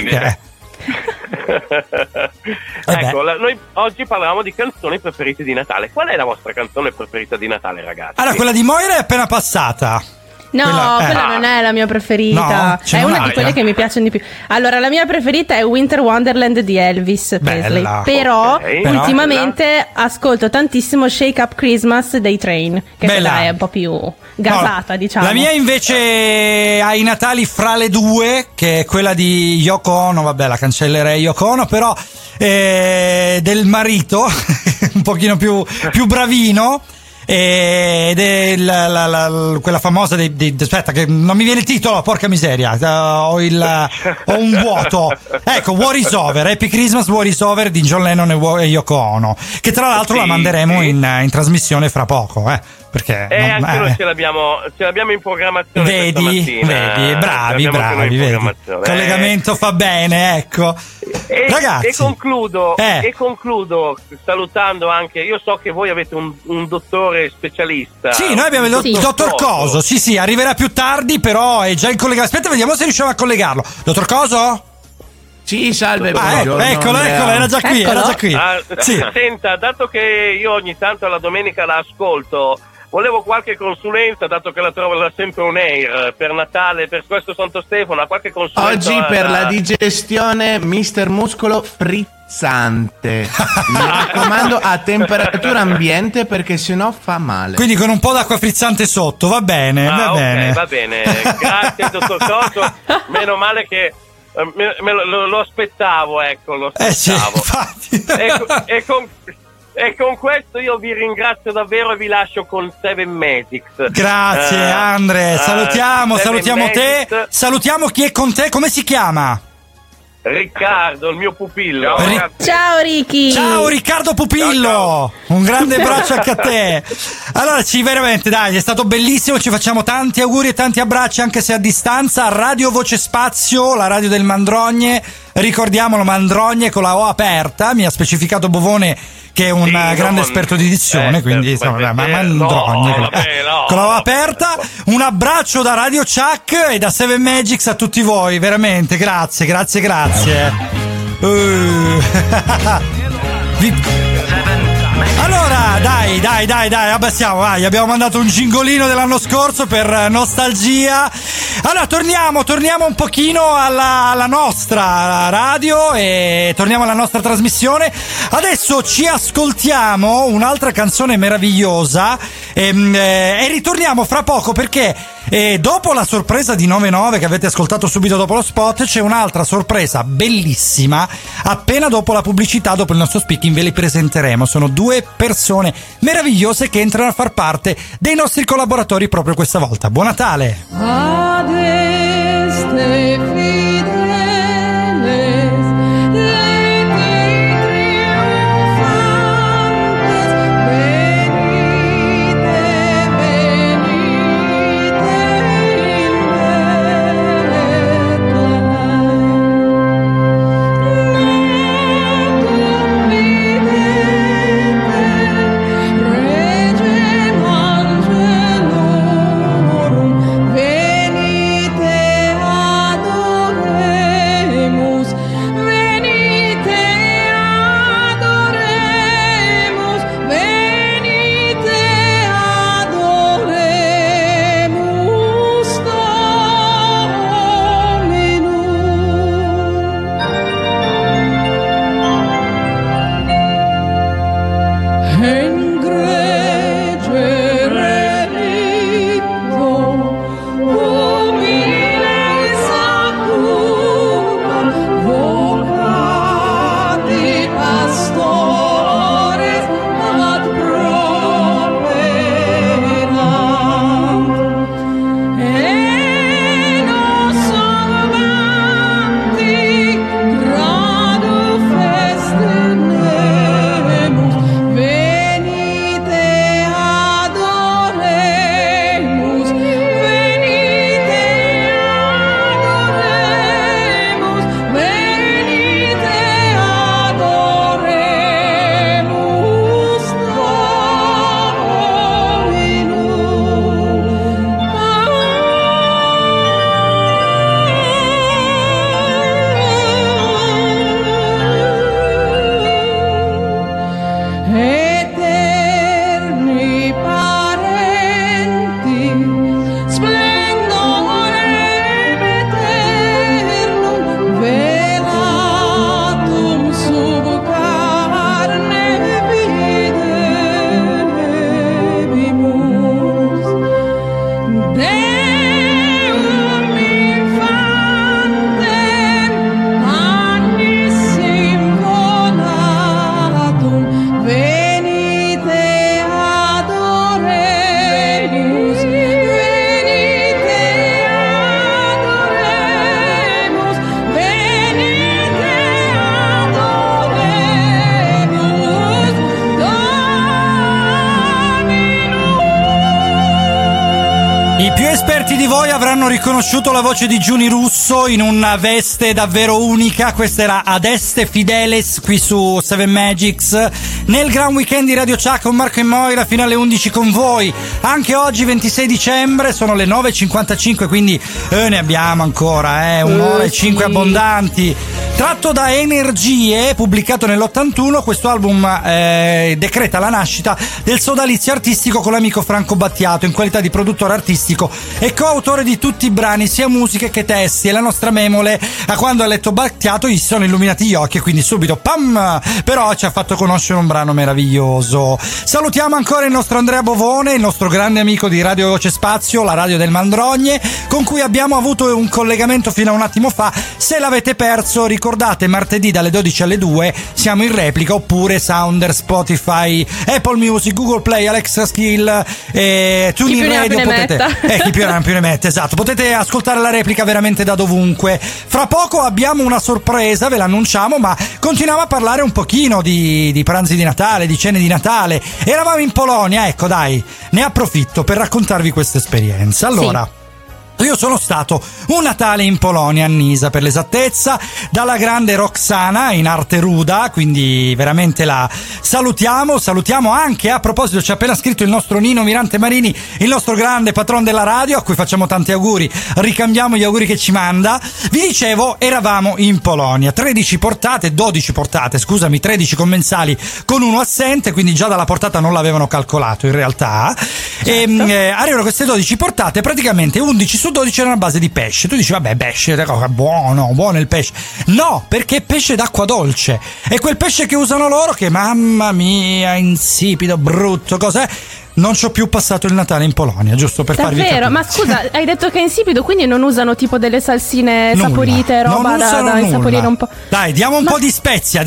Ecco, noi oggi parlavamo di canzoni preferite di Natale. Qual è la vostra canzone preferita di Natale, ragazzi?
Allora, quella di Moira è appena passata.
No, quella non è la mia preferita.
No?
È una di quelle che mi piacciono di più. Allora, la mia preferita è Winter Wonderland di Elvis Presley. Però ultimamente ascolto tantissimo Shake Up Christmas dei Train, che quella è un po' più gasata, diciamo.
La mia invece ha i Natali fra le due, che è quella di Yoko Ono, vabbè, la cancellerei Yoko Ono, però del marito, un pochino più bravino. Ed è quella famosa aspetta che non mi viene il titolo, porca miseria, ho un vuoto. Ecco, War is Over, Happy Christmas, War is Over di John Lennon e Yoko Ono, che tra l'altro la manderemo in trasmissione fra poco, perché
anche noi ce l'abbiamo in programmazione.
Vedi, bravi, vedi. Collegamento fa bene, ecco. Ragazzi,
e concludo salutando anche, io so che voi avete un dottore specialista.
Sì, noi abbiamo il dottor Coso. Sì, arriverà più tardi, però è già in collegamento. Aspetta, vediamo se riusciamo a collegarlo. Dottor Coso?
Sì, salve, buongiorno.
Eccolo, era già qui, Sì.
Senta, dato che io ogni tanto alla domenica la ascolto, volevo qualche consulenza, dato che la trovo sempre on air per Natale, per questo Santo Stefano, qualche consulenza.
Oggi per la digestione Mister Muscolo frizzante. Mi raccomando a temperatura ambiente perché sennò fa male.
Quindi con un po' d'acqua frizzante sotto, va bene, va bene.
Grazie dottor Coso, meno male che lo aspettavo, ecco, lo aspettavo.
Sì,
e con questo io vi ringrazio davvero e vi lascio con Seven Magics.
Grazie Andre, salutiamo te, salutiamo chi è con te, come si chiama?
Riccardo, il mio pupillo.
Ciao Ricky.
Ciao Riccardo Pupillo. Ciao. Un grande abbraccio anche a te. Allora, veramente, dai, è stato bellissimo. Ci facciamo tanti auguri e tanti abbracci, anche se a distanza. Radio Voce Spazio, la radio del Mandrogne. Ricordiamolo, Mandrogne con la O aperta. Mi ha specificato Bovone che è un grande esperto di dizione, quindi insomma, Mandrogne con la O aperta. Un abbraccio da Radio Chuck e da Seven Magics a tutti voi, veramente, grazie. Allora, dai, abbassiamo, vai, abbiamo mandato un gingolino dell'anno scorso per nostalgia. Allora, torniamo un pochino alla nostra radio e torniamo alla nostra trasmissione. Adesso ci ascoltiamo un'altra canzone meravigliosa e ritorniamo fra poco perché dopo la sorpresa di 9-9 che avete ascoltato subito dopo lo spot, c'è un'altra sorpresa bellissima appena dopo la pubblicità, dopo il nostro speaking ve li presenteremo. Sono due persone meravigliose che entrano a far parte dei nostri collaboratori proprio questa volta. Buon Natale!
Venite
Certi di voi avranno riconosciuto la voce di Giuni Russo in una veste davvero unica. Questa era Adeste Fideles qui su 7 Magics nel Gran Weekend di Radio Chuck con Marco e Moira fino alle 11 con voi. Anche oggi 26 dicembre sono le 9.55, quindi ne abbiamo ancora un'ora e 5 abbondanti. Tratto da Energie, pubblicato nell'81, questo album decreta la nascita del sodalizio artistico con l'amico Franco Battiato in qualità di produttore artistico e coautore di tutti i brani, sia musiche che testi. E la nostra Memole, a quando ha letto Battiato, gli sono illuminati gli occhi e quindi subito pam! Però ci ha fatto conoscere un brano meraviglioso. Salutiamo ancora il nostro Andrea Bovone, il nostro grande amico di Radio Voce Spazio, la radio del Mandrogne, con cui abbiamo avuto un collegamento fino a un attimo fa. Se l'avete perso, ricordate, martedì dalle 12 alle 2 siamo in replica, oppure Sounder, Spotify, Apple Music, Google Play, Alexa Skill e TuneIn Radio. Chi più ne mette, esatto. Potete ascoltare la replica veramente da dovunque. Fra poco abbiamo una sorpresa, ve l'annunciamo, ma continuiamo a parlare un pochino di pranzi di Natale, di cene di Natale. Eravamo in Polonia, ecco dai, ne approfitto per raccontarvi questa esperienza. Allora, sì. Io sono stato un Natale in Polonia, a Nisa per l'esattezza, dalla grande Roxana in arte ruda, quindi veramente la salutiamo anche, a proposito ci ha appena scritto il nostro Nino Mirante Marini, il nostro grande patron della radio, a cui facciamo tanti auguri, ricambiamo gli auguri che ci manda. Vi dicevo, eravamo in Polonia, 13 portate commensali con uno assente, quindi già dalla portata non l'avevano calcolato in realtà, certo. E arrivano queste 12 portate, praticamente 11 su 12 erano a base di pesce. Tu dici vabbè, pesce, buono il pesce. No, perché è pesce d'acqua dolce, è quel pesce che usano loro che mamma mia, insipido, brutto, cos'è? Non ci ho più passato il Natale in Polonia, giusto per farvi capire.
Ma scusa, hai detto che è insipido, quindi non usano tipo delle salsine saporite, roba da insaporire un po'.
Dai, diamo un po' di spezia.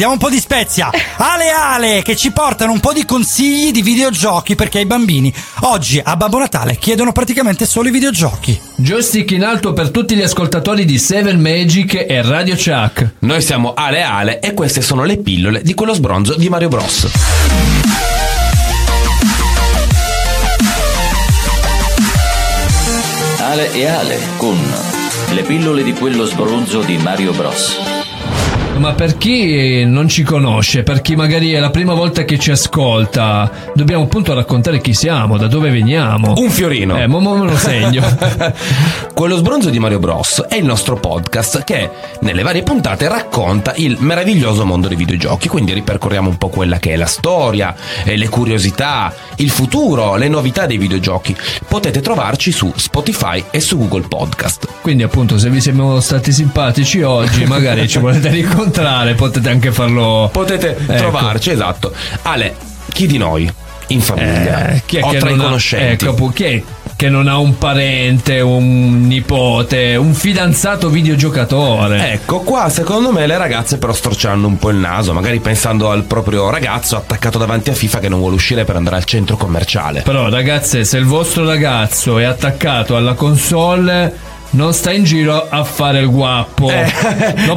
Ale, che ci portano un po' di consigli di videogiochi, perché i bambini oggi a Babbo Natale chiedono praticamente solo i videogiochi.
Joystick in alto per tutti gli ascoltatori di 7 Magic e Radio Chuck.
Noi siamo Ale e queste sono le pillole di quello sbronzo di Mario Bros.
Ale e Ale con le pillole di quello sbronzo di Mario Bros.
Ma per chi non ci conosce, per chi magari è la prima volta che ci ascolta, dobbiamo appunto raccontare chi siamo, da dove veniamo.
Un fiorino.
Me lo segno.
Quello sbronzo di Mario Bros è il nostro podcast che nelle varie puntate racconta il meraviglioso mondo dei videogiochi, quindi ripercorriamo un po' quella che è la storia, le curiosità, il futuro, le novità dei videogiochi. Potete trovarci su Spotify e su Google Podcast.
Quindi appunto, se vi siamo stati simpatici oggi, magari ci volete ricordare, potete anche farlo.
Potete trovarci, esatto. Ale, chi di noi in famiglia
chi è
o
che
tra i conoscenti?
Chi è che non ha un parente, un nipote, un fidanzato videogiocatore?
Ecco, qua secondo me le ragazze però storceranno un po' il naso, magari pensando al proprio ragazzo attaccato davanti a FIFA che non vuole uscire per andare al centro commerciale.
Però ragazze, se il vostro ragazzo è attaccato alla console, non sta in giro a fare il guappo. Lo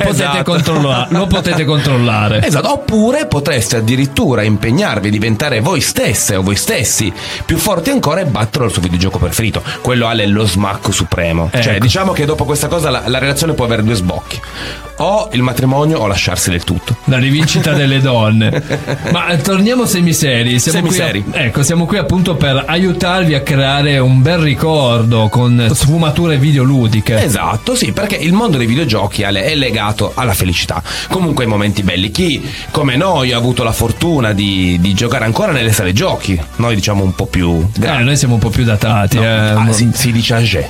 potete controllare.
Esatto. Oppure potreste addirittura impegnarvi a diventare voi stesse o voi stessi più forti ancora e battere il suo videogioco preferito. Quello è lo smacco supremo. Cioè, diciamo che dopo questa cosa la relazione può avere due sbocchi: o il matrimonio o lasciarsi del tutto.
La rivincita delle donne. Ma torniamo semiseri. Siamo qui appunto per aiutarvi a creare un bel ricordo con sfumature videoludiche.
Esatto, sì, perché il mondo dei videogiochi è legato alla felicità, comunque ai momenti belli. Chi come noi ha avuto la fortuna di giocare ancora nelle sale giochi, noi diciamo un po' più grandi.
Noi siamo un po' più datati,
si dice âgé.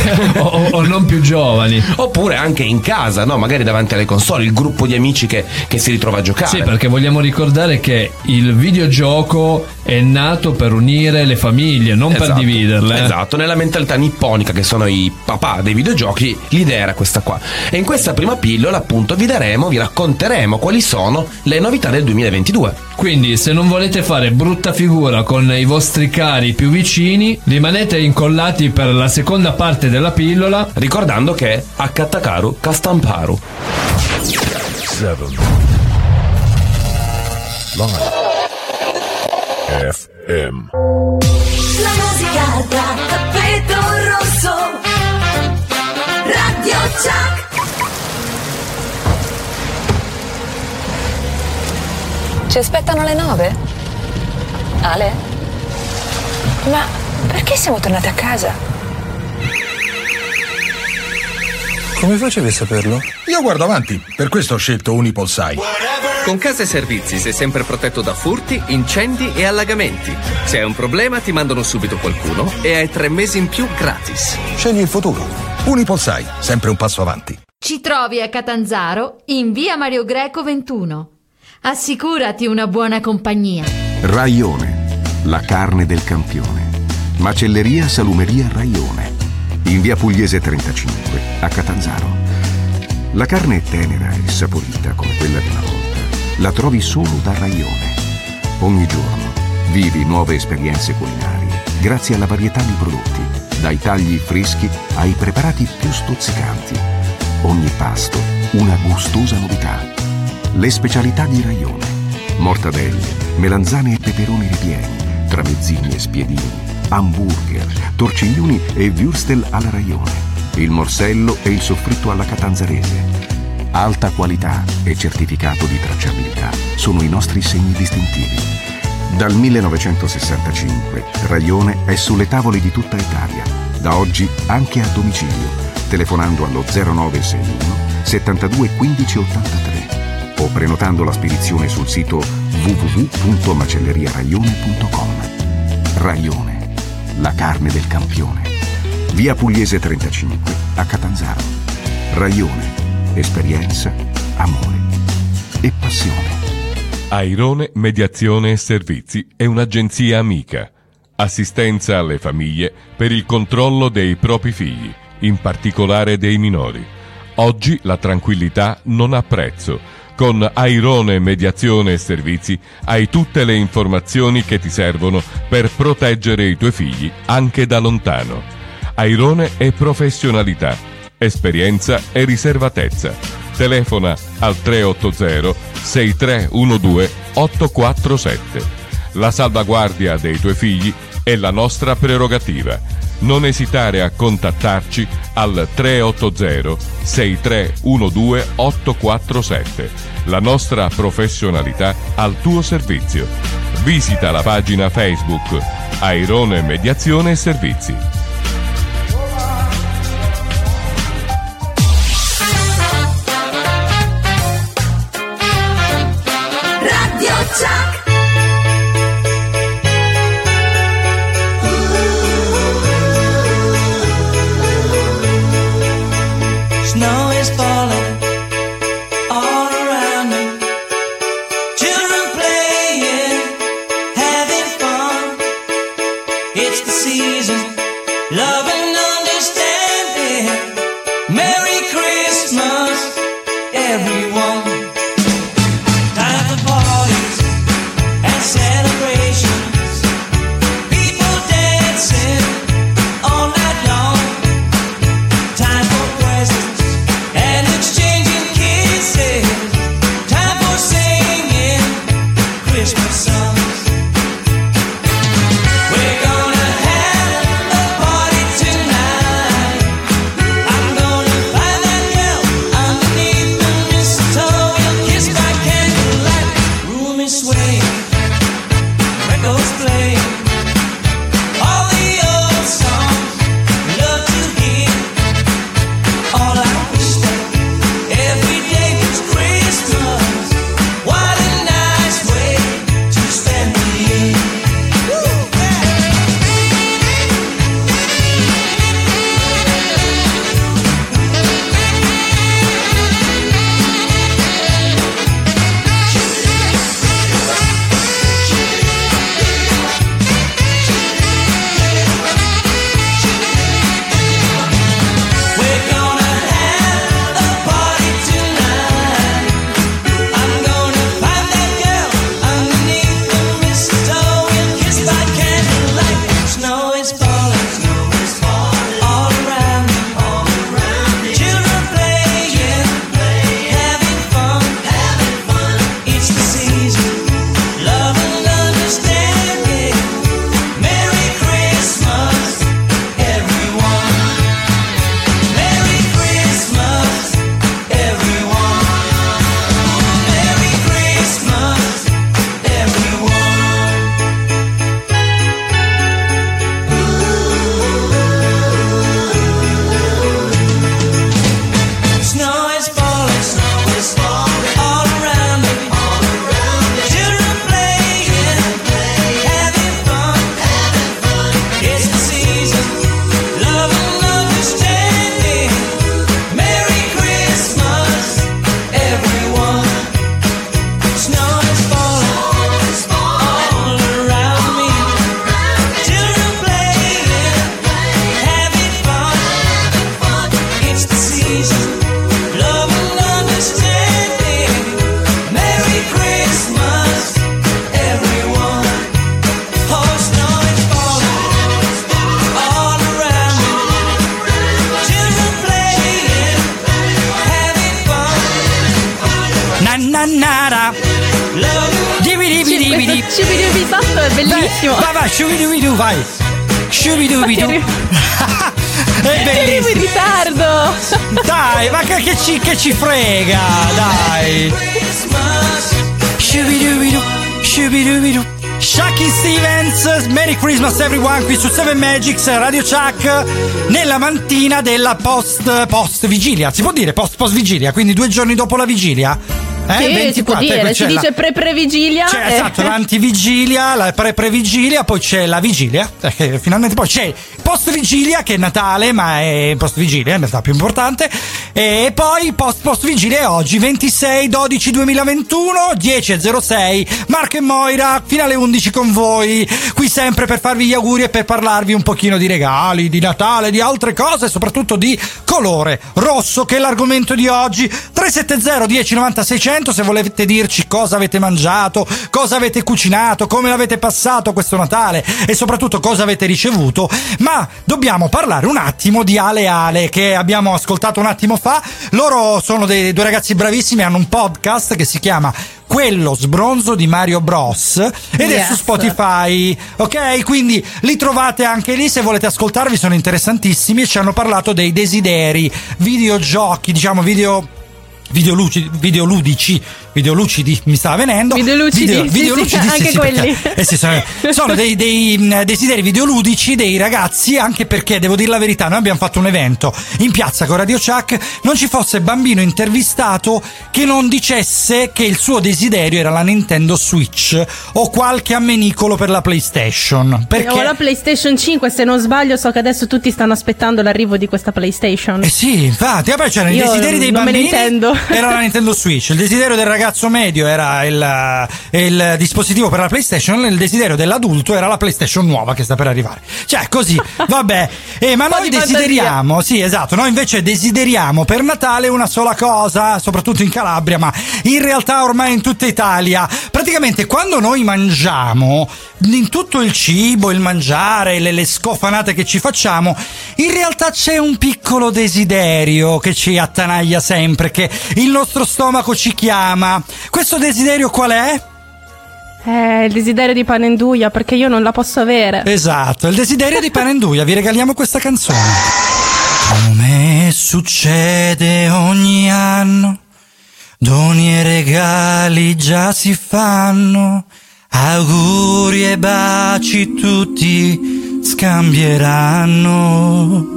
o non più giovani.
Oppure anche in casa, no? Magari davanti alle console, il gruppo di amici che si ritrova a giocare.
Sì, perché vogliamo ricordare che il videogioco è nato per unire le famiglie, non per dividerle.
Esatto, nella mentalità nipponica, che sono i papà dei videogiochi, l'idea era questa qua. E in questa prima pillola appunto vi racconteremo quali sono le novità del 2022.
Quindi, se non volete fare brutta figura con i vostri cari più vicini, rimanete incollati per la seconda parte della pillola,
ricordando che a Kattakaru Kastamparu
7 Live FM.
La musica da tappeto rosso. Radio Chuck.
Ci aspettano alle 9? Ale? Ma perché siamo tornati a casa?
Come facevi a saperlo? Io guardo avanti, per questo ho scelto Unipolsai.
Con Casa e Servizi sei sempre protetto da furti, incendi e allagamenti. Se hai un problema ti mandano subito qualcuno e hai 3 mesi in più gratis.
Scegli il futuro. Unipolsai, sempre un passo avanti.
Ci trovi a Catanzaro in via Mario Greco 21. Assicurati una buona compagnia.
Raione, la carne del campione. Macelleria Salumeria Raione, in via Pugliese 35, a Catanzaro. La carne è tenera e saporita come quella di una volta. La trovi solo da Raione. Ogni giorno vivi nuove esperienze culinarie grazie alla varietà di prodotti, dai tagli freschi ai preparati più stuzzicanti. Ogni pasto una gustosa novità. Le specialità di Raione: mortadelle, melanzane e peperoni ripieni, tramezzini e spiedini, hamburger, torciglioni e würstel alla Raione, il morsello e il soffritto alla catanzarese. Alta qualità e certificato di tracciabilità sono i nostri segni distintivi. Dal 1965 Raione è sulle tavole di tutta Italia, da oggi anche a domicilio, telefonando allo 0961 72 15 83 o prenotando la spedizione sul sito www.macelleriaraione.com. Raione, la carne del campione. Via Pugliese 35 a Catanzaro. Raione, esperienza, amore e passione.
Airone Mediazione e Servizi è un'agenzia amica. Assistenza alle famiglie per il controllo dei propri figli, in particolare dei minori. Oggi la tranquillità non ha prezzo. Con Airone Mediazione e Servizi hai tutte le informazioni che ti servono per proteggere i tuoi figli anche da lontano. Airone è professionalità, esperienza e riservatezza. Telefona al 380 6312 847. La salvaguardia dei tuoi figli è la nostra prerogativa. Non esitare a contattarci al 380 6312 847. La nostra professionalità al tuo servizio. Visita la pagina Facebook Airone Mediazione e Servizi.
Radio Chuck.
Snow is falling all around me. Children playing, having fun. It's the season, love and understanding. Merry Christmas, everyone. Time for parties,
nara. Dibi
Sciubidubi sotto è bellissimo.
Vai, sciubidubidu, vai. Sciubidubidu. È bellissimo.
In ritardo.
Dai, ma che ci frega, dai. Shubidubidu. Shaki Stevens, Merry Christmas everyone, qui su 7 Magics, Radio Chuck, nella mattina della post vigilia, si può dire post vigilia, quindi 2 giorni dopo la vigilia?
Sì, 24, si può dire, si dice pre-vigilia.
C'è esatto, l'antivigilia, la pre-vigilia, poi c'è la vigilia, finalmente poi c'è post-vigilia che è Natale, ma è post-vigilia, in realtà più importante, e poi post-vigilia è oggi, 26/12/2021, 10:06, Marco e Moira, fino alle 11 con voi, qui sempre per farvi gli auguri e per parlarvi un pochino di regali, di Natale, di altre cose, soprattutto di colore rosso, che è l'argomento di oggi. 370 10 90 600 se volete dirci cosa avete mangiato, cosa avete cucinato, come l'avete passato questo Natale e soprattutto cosa avete ricevuto. Ma dobbiamo parlare un attimo di Ale che abbiamo ascoltato un attimo fa. Loro sono dei 2 ragazzi bravissimi, hanno un podcast che si chiama Quello sbronzo di Mario Bros ed è su Spotify, ok? Quindi li trovate anche lì se volete ascoltarvi, sono interessantissimi e ci hanno parlato dei desideri, videogiochi, diciamo videoludici, mi stava venendo. Videolucidi,
anche quelli.
Sono dei desideri videoludici dei ragazzi, anche perché devo dire la verità, noi abbiamo fatto un evento in piazza con Radio Chuck, non ci fosse bambino intervistato che non dicesse che il suo desiderio era la Nintendo Switch o qualche ammenicolo per la PlayStation, perché
o la PlayStation 5, se non sbaglio. So che adesso tutti stanno aspettando l'arrivo di questa PlayStation.
Sì, infatti, vabbè, c'erano i desideri dei bambini, era la Nintendo Switch, il desiderio del ragazzo medio era il dispositivo per la PlayStation, il desiderio dell'adulto era la PlayStation nuova che sta per arrivare. Cioè, così, vabbè. Ma noi desideriamo, sì, esatto, noi invece desideriamo per Natale una sola cosa, soprattutto in Calabria, ma in realtà ormai in tutta Italia. Praticamente quando noi mangiamo, in tutto il cibo, il mangiare, le scofanate che ci facciamo, in realtà c'è un piccolo desiderio che ci attanaglia sempre, che il nostro stomaco ci chiama. Questo desiderio qual è?
Il desiderio di Panenduia, perché io non la posso avere.
Esatto, il desiderio di Panenduia. Vi regaliamo questa canzone. Come succede ogni anno, doni e regali già si fanno, auguri e baci tutti scambieranno.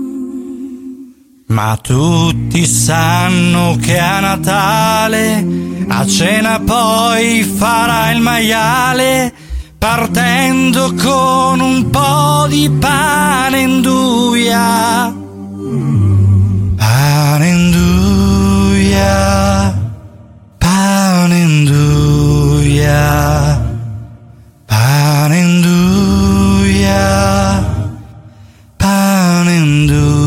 Ma tutti sanno che a Natale a cena poi farà il maiale, partendo con un po' di Panenduia. Panenduia, Panenduia, Panenduia, Panenduia.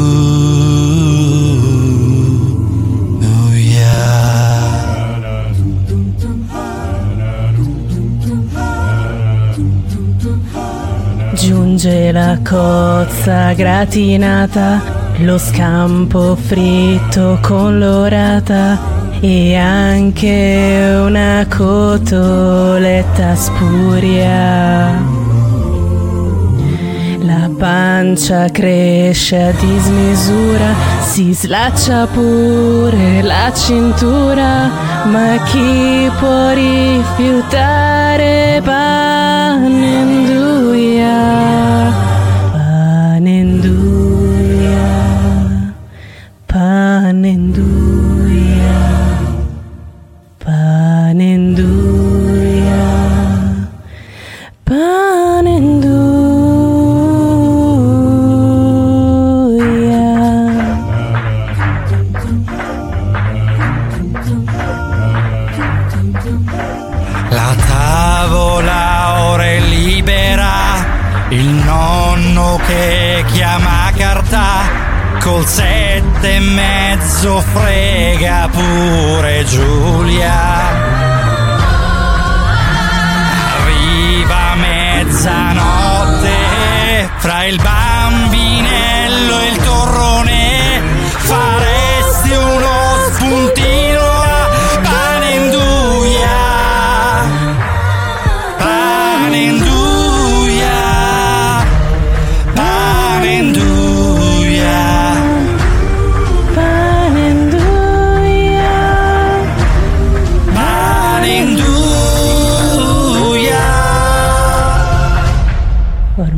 Giunge la cozza gratinata, lo scampo fritto con l'orata e anche una cotoletta spuria. La pancia cresce a dismisura, si slaccia pure la cintura, ma chi può rifiutare Panenduia, Panenduia, Panenduia, Panenduia, Panenduia.
La tavola ora è libera, il nonno che chiama carta, col 7:30 frega pure Giulia. Arriva mezzanotte, fra il bambinello e il torrone faresti uno spuntino a Panenduia.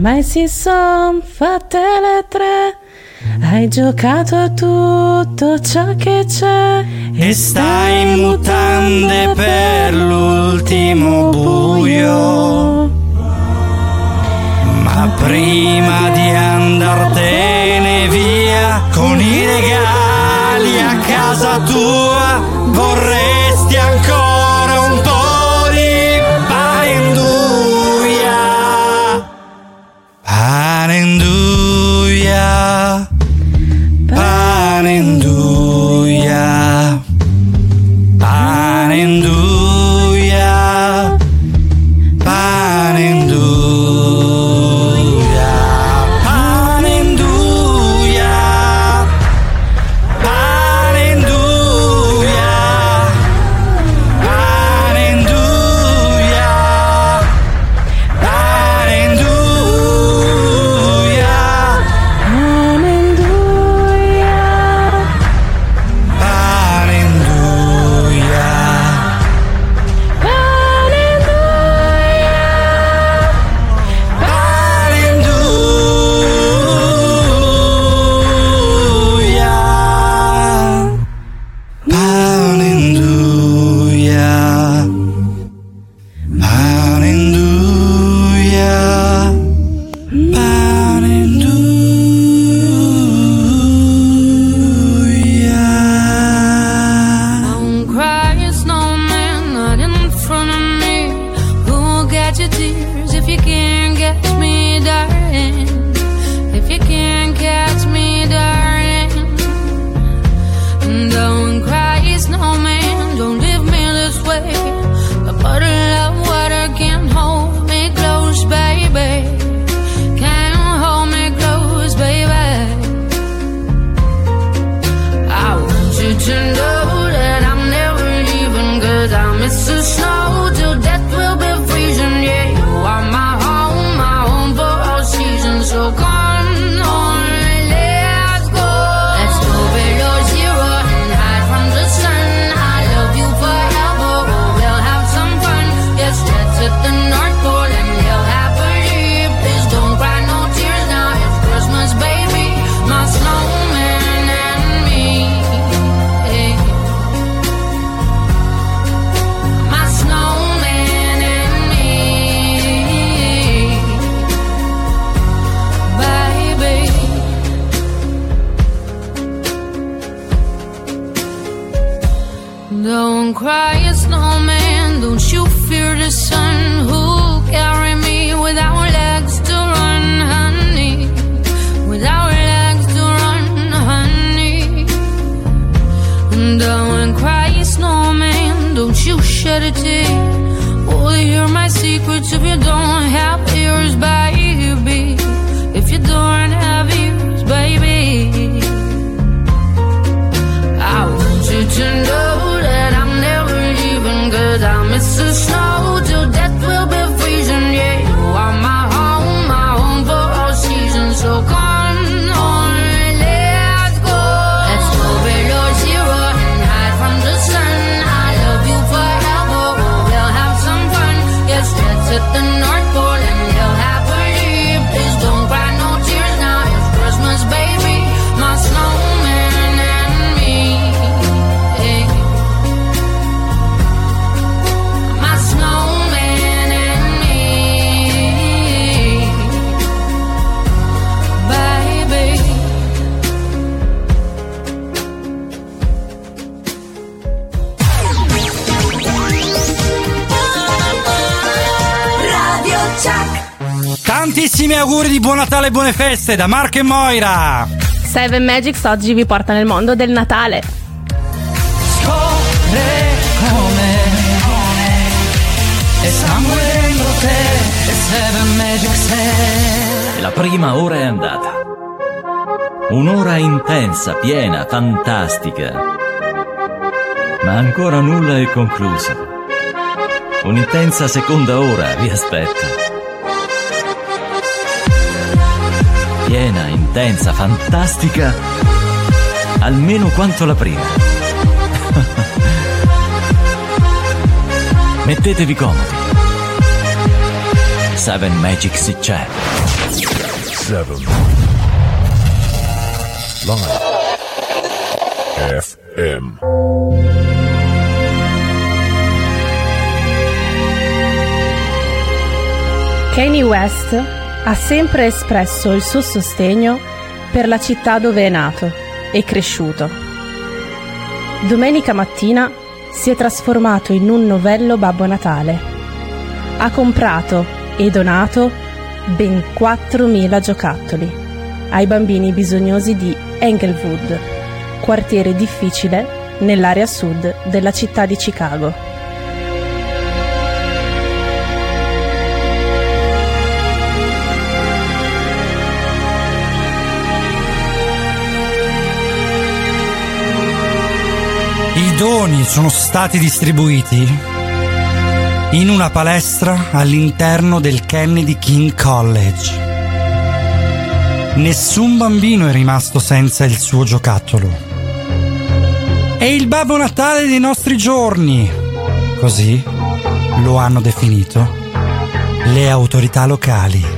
ormai si son fatte le 3. Hai giocato a tutto ciò che c'è
e stai in mutande per l'ultimo buio. Ma prima di andartene via con i regali a casa tua, vorresti ancora un po' di pane in duia. Pane in duia, pane in duia, pane in duia, pane in duia, pane in duia, pane in duia, pane in duia, pane in duia, pane in duia, pane in duia, pane in
Don't cry, snowman, not in front of me. Who'll get your tears if you can't catch me, darling? If you can't catch me, darling. Don't cry, snowman, don't leave me this way. A bottle of water can't hold me close, baby. Can't hold me close, baby. I want you to know that I'm never leaving, 'cause I miss the snow till death will be freezing. Yeah, you are my home for all seasons. So come on, let's go. Let's go below zero and hide from the sun. I love you forever, we'll have some fun. Yes, let's hit the North Pole and live happily. Please don't cry, no tears now, it's Christmas, baby. My snowman and me. My snowman and me, baby. Don't cry, snowman, don't you fear the sun. Who'll carry me without legs to run, honey? Without legs to run, honey. Don't cry, snowman, don't you shed a tear. Oh, hear my secrets if you don't have ears, baby. If you don't have ears, baby. I want you to know that I'm never leaving, 'cause I miss the snow till death will be freezing. Yeah, you are my home for all seasons. So come on, let's go. Let's go below zero and hide from the sun. I love you forever, we'll have some fun. Yes, let's hit the North Pole and live happily. Please don't cry, no tears now, it's Christmas, baby. My snowman and me. My snowman and me, baby.
Radio Chuck.
Tantissimi auguri di buon Natale e buone feste da Marco e Moira.
Seven Magics oggi vi porta nel mondo del Natale.
Scopre come e sangue dentro te e Seven Magics è.
E la prima ora è andata. Un'ora intensa, piena, fantastica. Ma ancora nulla è concluso. Un'intensa seconda ora vi aspetta. Piena, intensa, fantastica, almeno quanto la prima. Mettetevi comodi. 7 Magics c'è.
7 Live FM.
Kanye West ha sempre espresso il suo sostegno per la città dove è nato e cresciuto. Domenica mattina si è trasformato in un novello Babbo Natale. Ha comprato e donato ben 4.000 giocattoli ai bambini bisognosi di Englewood, quartiere difficile nell'area sud della città di Chicago.
I doni sono stati distribuiti in una palestra all'interno del Kennedy King College. Nessun bambino è rimasto senza il suo giocattolo. È il Babbo Natale dei nostri giorni. Così lo hanno definito le autorità locali.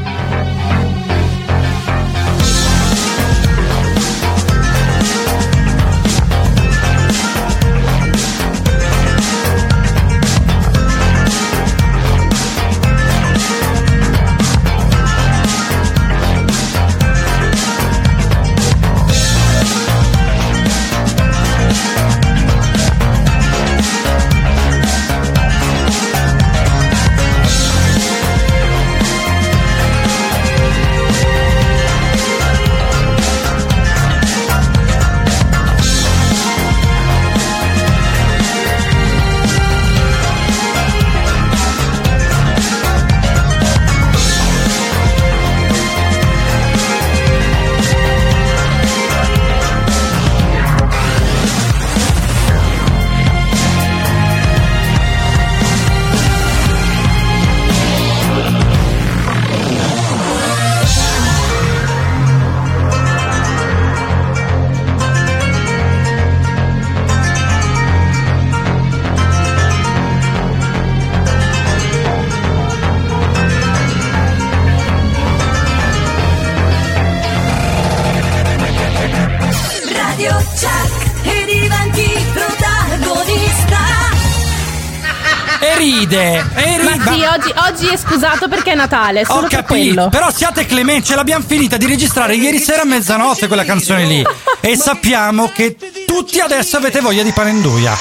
Ma sì, oggi è scusato perché è Natale, solo
Ho
per
capito,
quello.
però siate clementi, ce l'abbiamo finita di registrare ieri sera a mezzanotte quella canzone lì. E sappiamo che tutti adesso avete voglia di panenduia.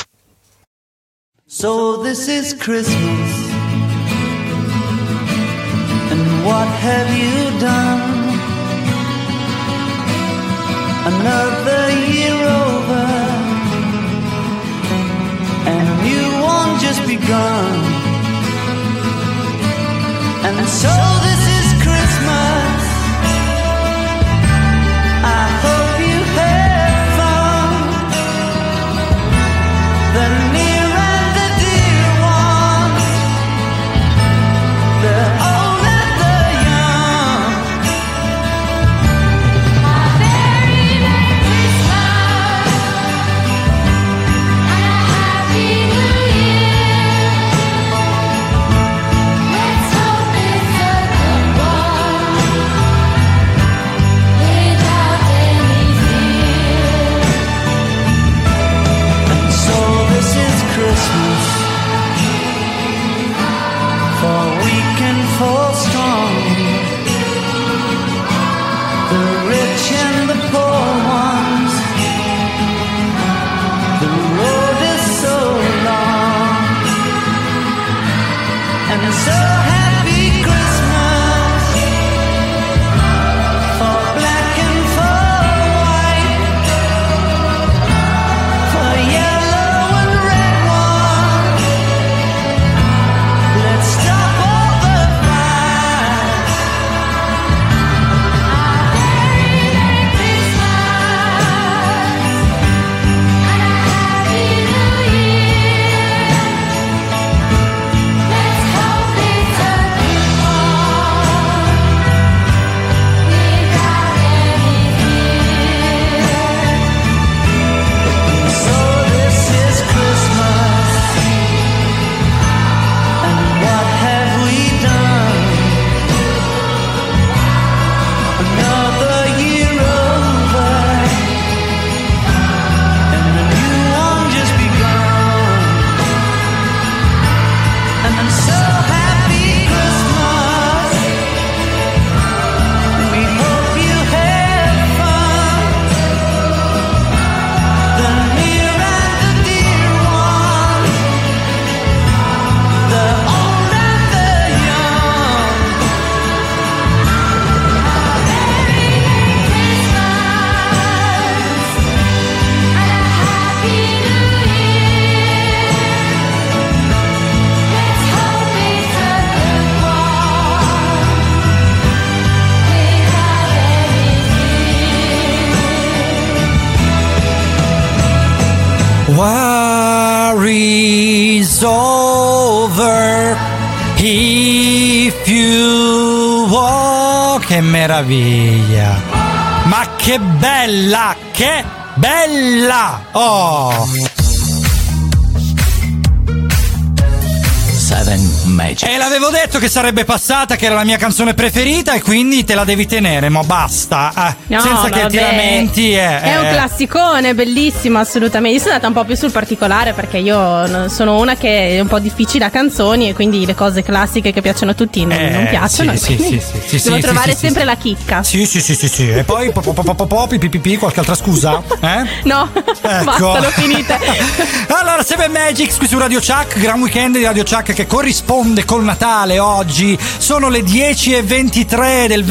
So this is Christmas, and what have you done? Another year over, and a new one just begun. And so this is Christmas. I hope you had fun. The near and the dear ones, the old and the young. A very Merry Christmas and a Happy New Year. Let's hope it's a good one without any fear. And so this is Christmas, for weak and for strong, the rich and the poor ones. The road is so long, and so happy Christmas for black and for white, for yellow and red ones. Let's stop all the fights. A very Merry Christmas and a Happy New Year. Let's hope it's
worries over if you walk. Che meraviglia! Ma che bella! Che bella! Oh!
Magic.
E l'avevo detto che sarebbe passata, che era la mia canzone preferita, e quindi te la devi tenere, ma basta. Senza che ti lamenti.
È un classicone, bellissimo, assolutamente. Io sono andata un po' più sul particolare perché io sono una che è un po' difficile a canzoni e quindi le cose classiche che piacciono a tutti non piacciono.
Sì,
devo trovare sempre la chicca.
Sì. E poi pipipì, qualche altra scusa?
No, basta, l'ho finita.
Allora, 7 Magics qui su Radio Chuck, gran weekend di Radio Chuck che corrisponde col Natale oggi. Sono le 10:23 del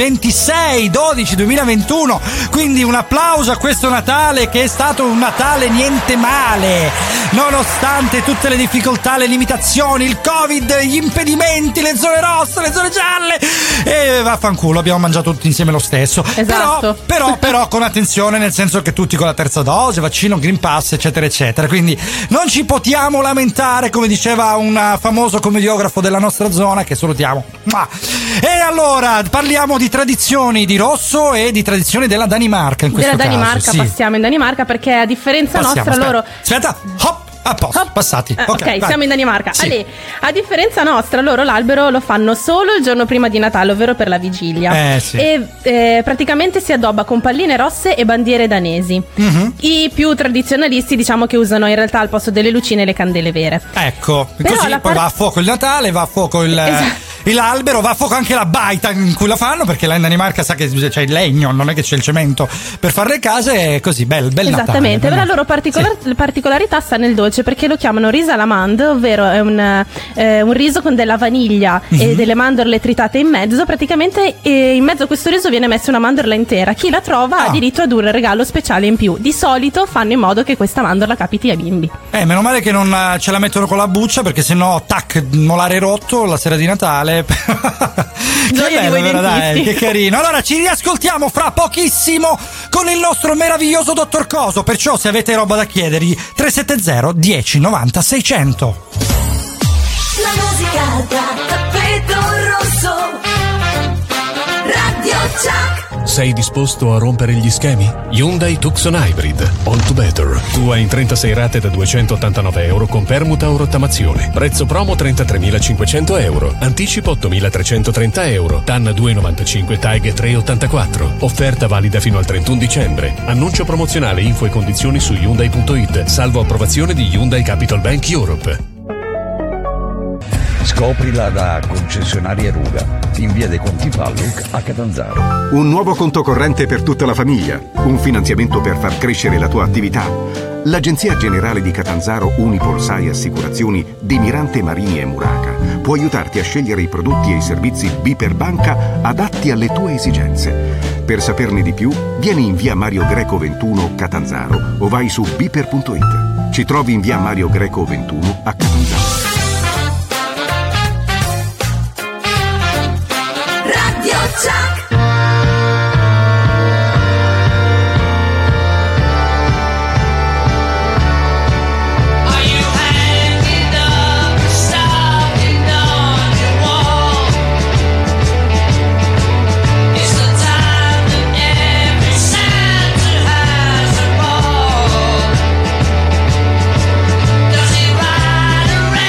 26/12/2021, quindi un applauso a questo Natale, che è stato un Natale niente male, nonostante tutte le difficoltà, le limitazioni, il Covid, gli impedimenti, le zone rosse, le zone gialle, e vaffanculo, abbiamo mangiato tutti insieme lo stesso.
Esatto.
Però con attenzione, nel senso che tutti con la terza dose, vaccino, Green Pass, eccetera eccetera, quindi non ci potiamo lamentare, come diceva un famoso commediografo della nostra zona, che salutiamo. E allora parliamo di tradizioni di Rosso e di tradizioni della Danimarca. In questo
della Danimarca,
caso, sì.
Passiamo in Danimarca perché a differenza nostra loro.
Aspetta, hop! A posto, passati.
Ok, siamo in Danimarca.
Sì.
Allora, a differenza nostra, loro l'albero lo fanno solo il giorno prima di Natale, ovvero per la vigilia.
Sì.
E praticamente si addobba con palline rosse e bandiere danesi. I più tradizionalisti diciamo che usano in realtà al posto delle lucine le candele vere.
Ecco,
però
così poi va a fuoco il Natale, va a fuoco l'albero, va a fuoco anche la baita in cui la fanno, perché là in Danimarca sa che c'è il legno, non è che c'è il cemento per fare le case, è così, bel
esattamente,
Natale.
però la loro particolarità sta nel dolce, perché lo chiamano risalamande, ovvero è un riso con della vaniglia e delle mandorle tritate in mezzo. Praticamente in mezzo a questo riso viene messa una mandorla intera. Chi la trova ha diritto ad un regalo speciale in più. Di solito fanno in modo che questa mandorla capiti ai bimbi.
Meno male che non ce la mettono con la buccia, perché sennò tac, molare rotto la sera di Natale.
Gioia di voi dentisti.
Che carino. Allora ci riascoltiamo fra pochissimo con il nostro meraviglioso dottor Coso, perciò se avete roba da chiedergli 370 10 90 600.
La musica da tappeto rosso. Radio Chuck.
Sei disposto a rompere gli schemi? Hyundai Tucson Hybrid All to Better. Tua in 36 rate da €289 con permuta o rottamazione. Prezzo promo €30.500. Anticipo €8.330. TAN 2,95, TAG 3,84. Offerta valida fino al 31 dicembre. Annuncio promozionale, info e condizioni su Hyundai.it, salvo approvazione di Hyundai Capital Bank Europe.
Scoprila da Concessionarie Ruga, in via dei Conti Palluc a Catanzaro.
Un nuovo conto corrente per tutta la famiglia, un finanziamento per far crescere la tua attività. L'Agenzia Generale di Catanzaro Unipolsai Assicurazioni di Mirante Marini e Muraca può aiutarti a scegliere i prodotti e i servizi Biper Banca adatti alle tue esigenze. Per saperne di più, vieni in via Mario Greco 21 Catanzaro o vai su biper.it. Ci trovi in via Mario Greco 21 a Catanzaro.
Radio Chuck.
Does he ride around?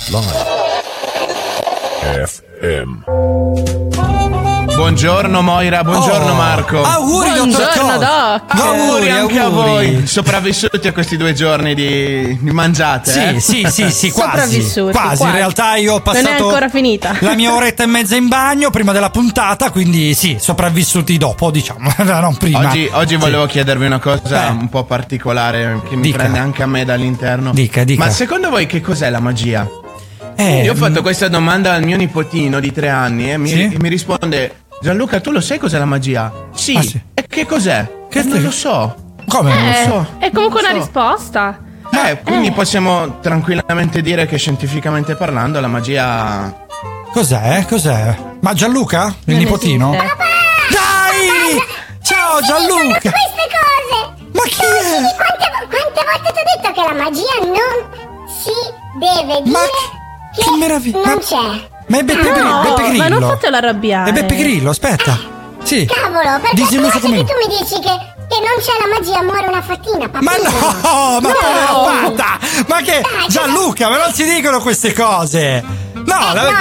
Live FM.
Buongiorno Moira, buongiorno Marco.
Auguri,
buongiorno Doc.
Auguri anche a voi, sopravvissuti a questi 2 giorni di mangiate.
Sì, quasi.
Sopravvissuti,
Quasi. In realtà io ho passato
non è ancora finita
la mia oretta e mezza in bagno prima della puntata, quindi sì, sopravvissuti dopo, diciamo, non prima.
Oggi volevo chiedervi una cosa un po' particolare che mi prende anche a me dall'interno.
Dica.
Ma secondo voi che cos'è la magia? Io ho fatto questa domanda al mio nipotino di 3 anni e mi risponde: Gianluca, tu lo sai cos'è la magia? Sì. E che cos'è? Non lo so.
Come non lo
so?
È comunque una risposta.
Quindi possiamo tranquillamente dire che scientificamente parlando la magia...
Cos'è? Ma Gianluca? Il nipotino?
Esiste.
Dai! Ciao Gianluca!
Queste cose!
Ma chi è?
Quante volte ti ho detto che la magia non si deve dire
che meraviglia!
Non c'è.
Ma è Beppe Grillo.
Ma non fatelo arrabbiare.
È Beppe Grillo, aspetta. Sì.
Cavolo, perché
Disilluso come...
tu mi dici che non c'è la magia, muore una fattina, papino.
Ma no, ma fatta! Ma che Gianluca, ma non si dicono queste cose! No,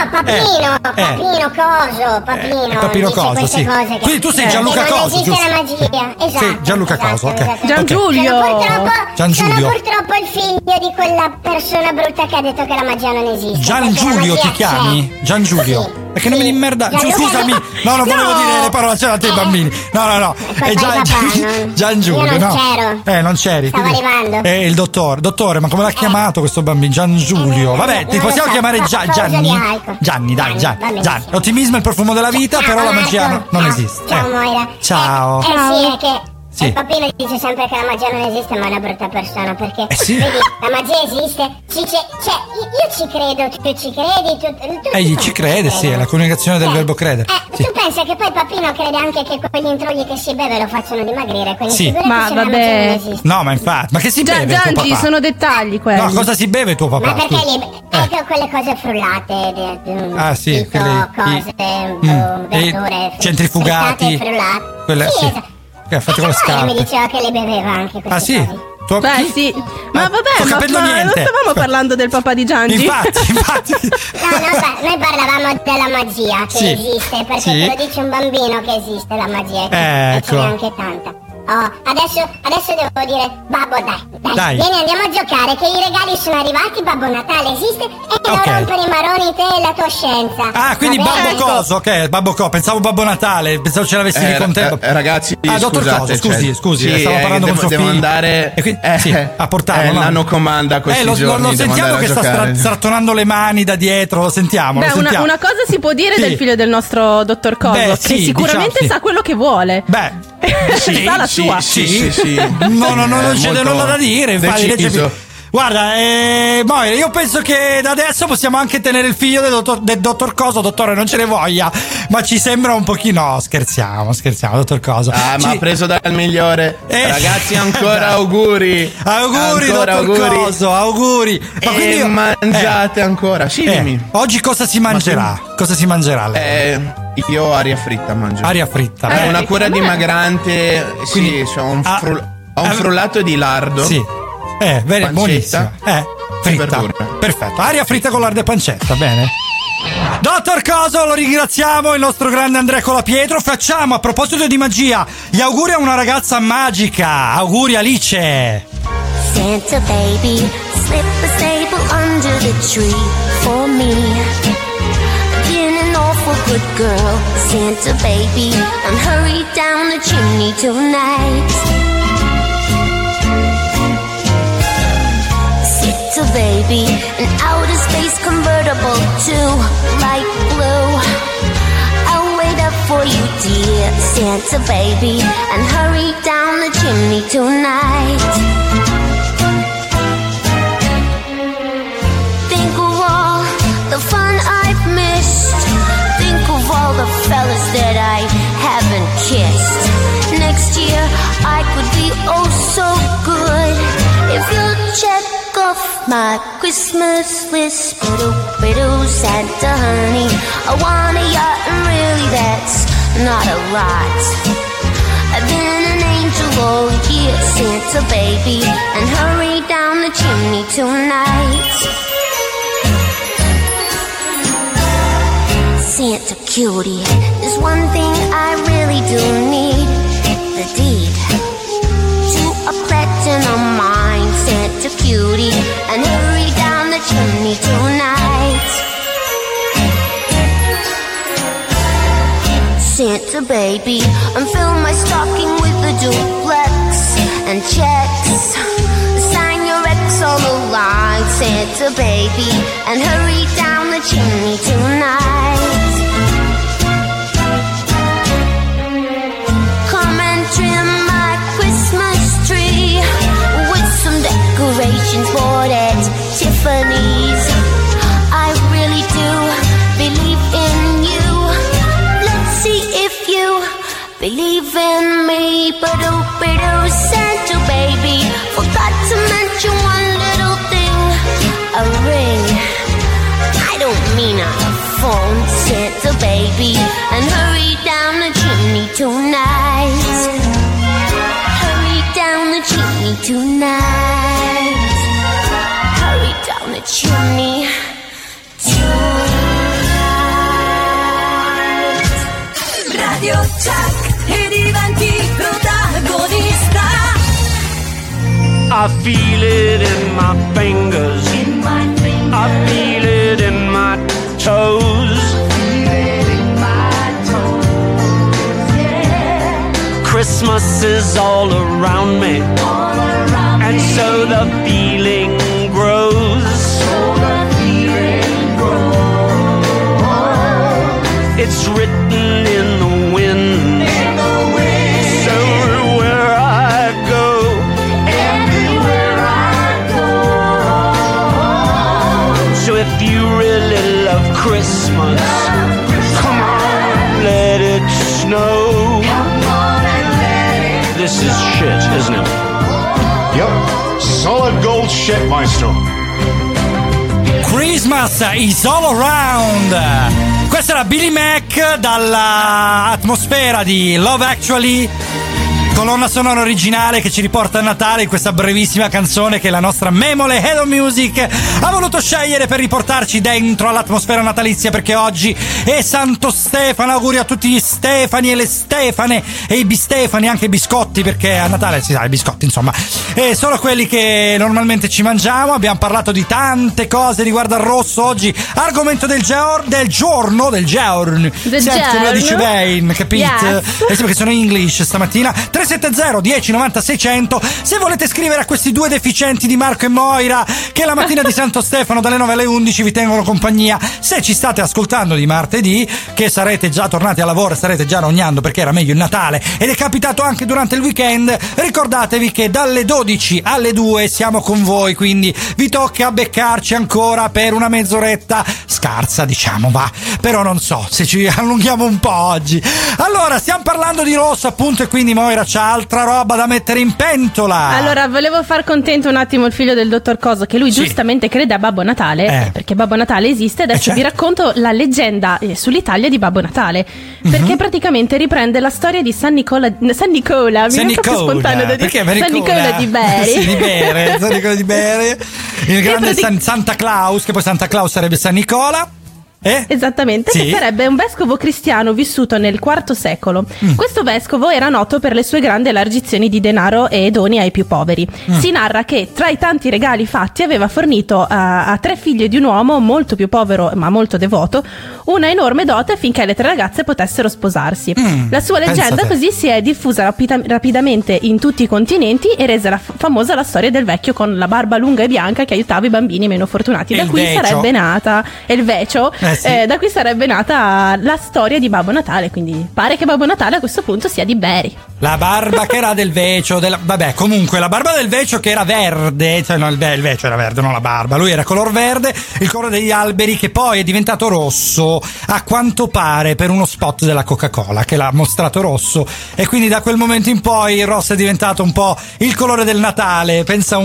Papino Coso, sì. Quindi tu sei Gianluca Coso,
giusto? Non esiste la magia, esatto.
Sì, Gianluca Coso, ok.
Giangiulio.
Sono purtroppo il figlio di quella persona brutta che ha detto che la magia non esiste.
Giangiulio ti chiami? Giangiulio.
Sì.
Perché non me ne merda. Scusami, no, non volevo dire le parole a te bambini. No. È Giangiulio,
io non
no.
c'ero.
Non c'eri.
Stavo arrivando.
Il dottore, ma come l'ha chiamato questo bambino? Giangiulio. Vabbè, ti possiamo chiamare Gianni, dai, Gianni. L'ottimismo è il profumo della vita, però la magia non esiste.
Ciao Moira.
Ciao.
Sì, è che il papino dice sempre che la magia non esiste, ma è una brutta persona, perché vedi, la magia esiste, io ci credo, tu ci credi, tu
egli ci crede, sì, è la coniugazione del verbo credere.
Tu pensa che poi papino crede anche che quegli intrugli che si beve lo facciano dimagrire, quindi figurati
ma
se la magia
vabbè.
non esiste.
No, ma infatti, ma che si beve tuo
Giangi,
papà?
sono dettagli quelli.
No, cosa si beve tuo papà?
Ma perché quelle cose frullate,
sì,
cose, verdure,
centrifugati,
frullate.
quelle, sì.
Esatto.
Fate con le scarpe.
Mi diceva che le beveva anche queste cose.
Beh, sì. Ma vabbè, ma non stavamo parlando del papà di Giangi.
Infatti.
Noi parlavamo della magia che esiste, perché te lo dice un bambino che esiste la magia, e ce n'è anche tanta. Adesso devo dire, Babbo, dai, vieni, andiamo a giocare, che i regali sono arrivati, Babbo Natale esiste, e non rompere i maroni te e la tua scienza.
Ah, quindi Babbo Coso, ok, Babbo Coso, pensavo Babbo Natale, pensavo ce l'avessi lì con te.
Ragazzi,
dottor
scusate,
Coso, scusi, stavo parlando con suo figlio.
Devo andare
a portarlo.
L'hanno comanda questi giorni.
Lo sentiamo che sta strattonando le mani da dietro, lo sentiamo.
Beh, una cosa si può dire del figlio del nostro dottor Coso, che sicuramente sa quello che vuole.
Beh,
sa la sua.
Sì. No, non c'è nulla da dire. Infatti, guarda, Moira, io penso che da adesso possiamo anche tenere il figlio del dottor Coso. Dottore, non ce ne voglia, ma ci sembra un pochino. No, scherziamo, dottor Coso.
Ma ha preso dal migliore. Ragazzi, ancora auguri.
Dottor Coso, auguri.
Ma quindi mangiate ancora. Sì, dimmi.
Oggi cosa si mangerà? Cosa si mangerà lei?
Io aria fritta mangio.
Aria fritta.
È una cura dimagrante. Quindi ho un frullato di lardo.
Sì. Buonissima. Fritta. Perfetto. Aria fritta con lardo e pancetta, bene. Dottor Coso, lo ringraziamo, il nostro grande Andrea Colapietro. Facciamo, a proposito di magia, gli auguri a una ragazza magica. Auguri Alice.
Santa baby, slip a staple under the tree for me. Been an awful good girl, Santa baby, and hurry down the chimney tonight. Baby, an outer space convertible to light blue. I'll wait up for you, dear Santa baby, and hurry down the chimney tonight. Think of all the fun I've missed. Think of all the fellas that I haven't kissed. Next year I could be oh so good if you'll check off my Christmas list. Biddle, Santa honey, I want a yacht, and really that's not a lot. I've been an angel all year, Santa baby, and hurry down the chimney tonight. Santa cutie. There's one thing I really do need, the deed to a platinum mine, Santa cutie, and hurry down the chimney tonight. Santa baby, and fill my stocking with a duplex and checks. Sign your ex on the line, Santa baby, and hurry down the chimney tonight. Come and trim my Christmas tree with some decorations bought at Tiffany's. I really do believe in you. Let's see if you believe in me. But Santa baby, forgot to mention one little thing, a ring. I don't mean a phone, Santa baby, and hurry down the chimney tonight. Hurry down the chimney tonight. Hurry down the chimney tonight.
Radio Chuck e diventi protagonista.
I feel it in my fingers. I feel it in my toes. Christmas is all around me, and so the feeling grows. It's written in the wind, so everywhere I go, so if you really love Christmas, come on, let it snow. This is shit, isn't it?
Yep, solid gold shit, maestro.
Christmas is all around. Questa era Billy Mac dall'atmosfera di Love Actually, colonna sonora originale che ci riporta a Natale in questa brevissima canzone che la nostra memole Hello Music ha voluto scegliere per riportarci dentro all'atmosfera natalizia, perché oggi è Santo Stefano. Auguri a tutti gli Stefani e le Stefane e i bistefani, anche i biscotti, perché a Natale si sa, i biscotti insomma e solo quelli che normalmente ci mangiamo. Abbiamo parlato di tante cose riguardo al rosso oggi, argomento del giorno. Senti come lo dice Bane, capite?
Yes.
Sembra che sono in English stamattina. 370 10 90 600 se volete scrivere a questi due deficienti di Marco e Moira che la mattina di Santo Stefano dalle 9 alle 11 vi tengono compagnia. Se ci state ascoltando di martedì, che sarete già tornati a lavoro e starete già rognando perché era meglio il Natale ed è capitato anche durante il weekend, ricordatevi che dalle 12 alle 2 siamo con voi, quindi vi tocca beccarci ancora per una mezz'oretta scarsa, diciamo, va, però non so se ci allunghiamo un po' oggi. Allora, stiamo parlando di rosso appunto, e quindi Moira c'ha altra roba da mettere in pentola.
Allora, volevo far contento un attimo il figlio del dottor Coso, che lui giustamente crede a Babbo Natale, perché Babbo Natale esiste. Adesso vi racconto la leggenda sull'Italia di Babbo Natale, perché praticamente riprende la storia di San Nicola, mi è proprio spontaneo da dire, San Nicola di Bari.
Sì, di Bere, San Nicola di Bere, il grande Santa Claus, che poi Santa Claus sarebbe San Nicola.
Esattamente,
Sì.
che sarebbe un vescovo cristiano vissuto nel IV secolo. Questo vescovo era noto per le sue grandi elargizioni di denaro e doni ai più poveri. Si narra che tra i tanti regali fatti aveva fornito a tre figlie di un uomo molto più povero ma molto devoto una enorme dote affinché le tre ragazze potessero sposarsi. La sua leggenda così si è diffusa rapidamente in tutti i continenti e rese famosa la storia del vecchio con la barba lunga e bianca che aiutava i bambini meno fortunati, da cui sarebbe nata il vecio. Da qui sarebbe nata la storia di Babbo Natale, quindi pare che Babbo Natale a questo punto sia di Bari.
La barba che era del vecio, vabbè, comunque la barba del vecio che era verde, cioè no, il vecio era verde, non la barba, lui era color verde, il colore degli alberi, che poi è diventato rosso a quanto pare per uno spot della Coca-Cola che l'ha mostrato rosso, e quindi da quel momento in poi il rosso è diventato un po' il colore del Natale. Pensa un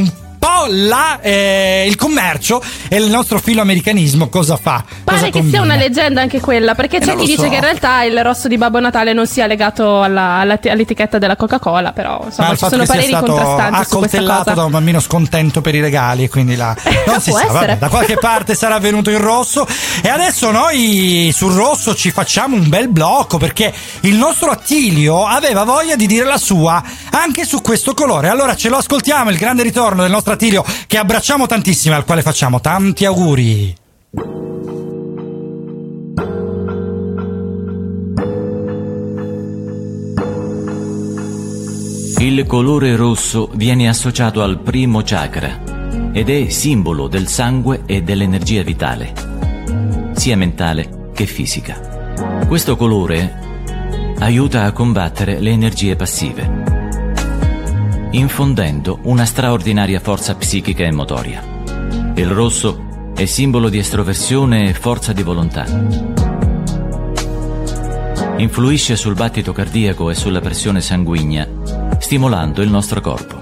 po' il commercio e il nostro filoamericanismo cosa fa?
Pare
cosa
che sia una leggenda anche quella, perché c'è chi dice che in realtà il rosso di Babbo Natale non sia legato all'etichetta della Coca-Cola, però insomma ci sono pareri contrastanti su questa cosa.
Da un bambino scontento per i regali, quindi non si sa, vabbè, da qualche parte sarà venuto il rosso. E adesso noi sul rosso ci facciamo un bel blocco, perché il nostro Attilio aveva voglia di dire la sua anche su questo colore. Allora ce lo ascoltiamo, il grande ritorno del nostro Attilio, che abbracciamo tantissimo, al quale facciamo tanti auguri.
Il colore rosso viene associato al primo chakra ed è simbolo del sangue e dell'energia vitale, sia mentale che fisica. Questo colore aiuta a combattere le energie passive, infondendo una straordinaria forza psichica e motoria. Il rosso è simbolo di estroversione e forza di volontà. Influisce sul battito cardiaco e sulla pressione sanguigna, stimolando il nostro corpo.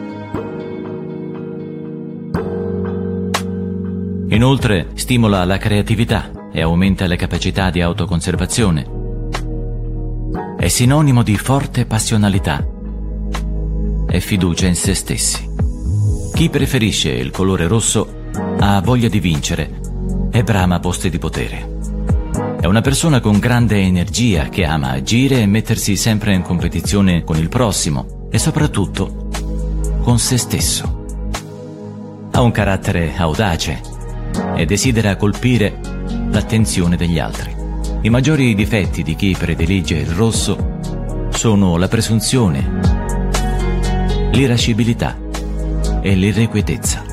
Inoltre stimola la creatività e aumenta le capacità di autoconservazione. È sinonimo di forte passionalità e fiducia in se stessi. Chi preferisce il colore rosso ha voglia di vincere e brama posti di potere. È una persona con grande energia che ama agire e mettersi sempre in competizione con il prossimo e soprattutto con se stesso. Ha un carattere audace e desidera colpire l'attenzione degli altri. I maggiori difetti di chi predilige il rosso sono la presunzione, l'irascibilità e l'irrequietezza.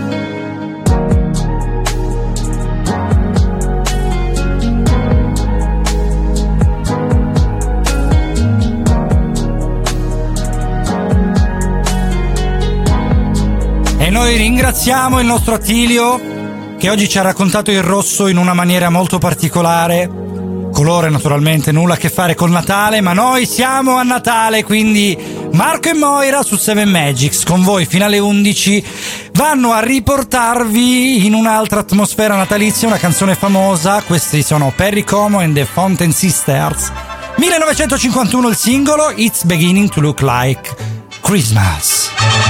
E noi ringraziamo il nostro Attilio, che oggi ci ha raccontato il rosso in una maniera molto particolare. Colore naturalmente nulla a che fare col Natale, ma noi siamo a Natale, quindi Marco e Moira su 7 Magics con voi fino alle 11 vanno a riportarvi in un'altra atmosfera natalizia, una canzone famosa. Questi sono Perry Como and the Fountain Sisters, 1951 il singolo, It's Beginning to Look Like Christmas.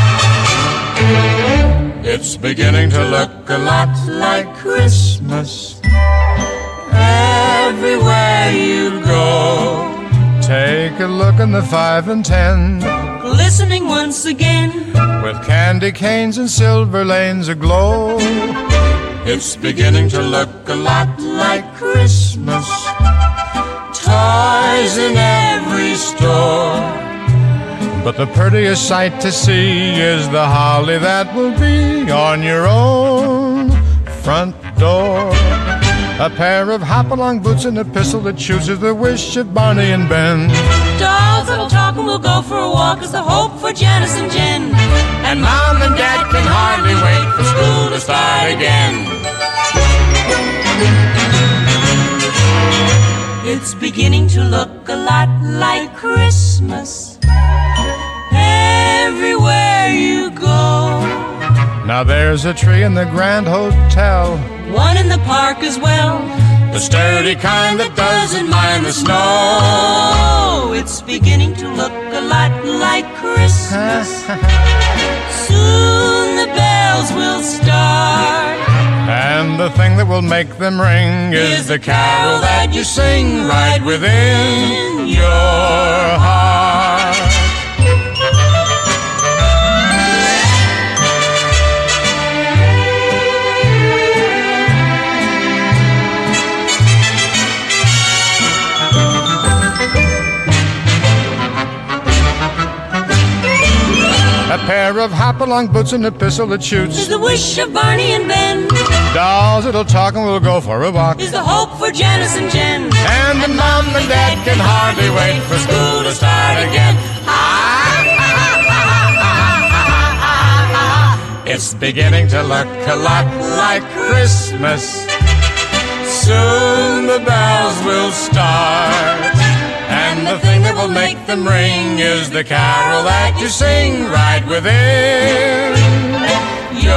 It's beginning to look a lot like Christmas everywhere you go.
Take a look in the 5 and 10,
Glistening once again
with candy canes and silver lanes aglow.
It's beginning to look a lot like Christmas. Toys in every store.
But the prettiest sight to see is the holly that will be on your own front door. A pair of hop-along boots and a pistol that chooses the wish of Barney and Ben.
Dolls that'll talk and we'll go for a walk is the hope for Janice and Jen. And Mom and Dad can hardly wait for school to start again. It's beginning to look a lot like Christmas everywhere you go.
Now there's a tree in the Grand Hotel,
One in the park as well, the sturdy kind that doesn't mind the snow. It's beginning to look a lot like Christmas. Soon the bells will start,
and the thing that will make them ring is the carol that you sing right within your heart. A pair of hop-along boots and a pistol that shoots
is the wish of Barney and Ben.
Dolls that'll talk and we'll go for a walk
Is the hope for Janice and Jen.
And the Mom and Dad can hardly wait for school to start again. It's beginning to look a lot like Christmas. Soon the bells will start, and the thing that will make them ring is the carol that you sing right within your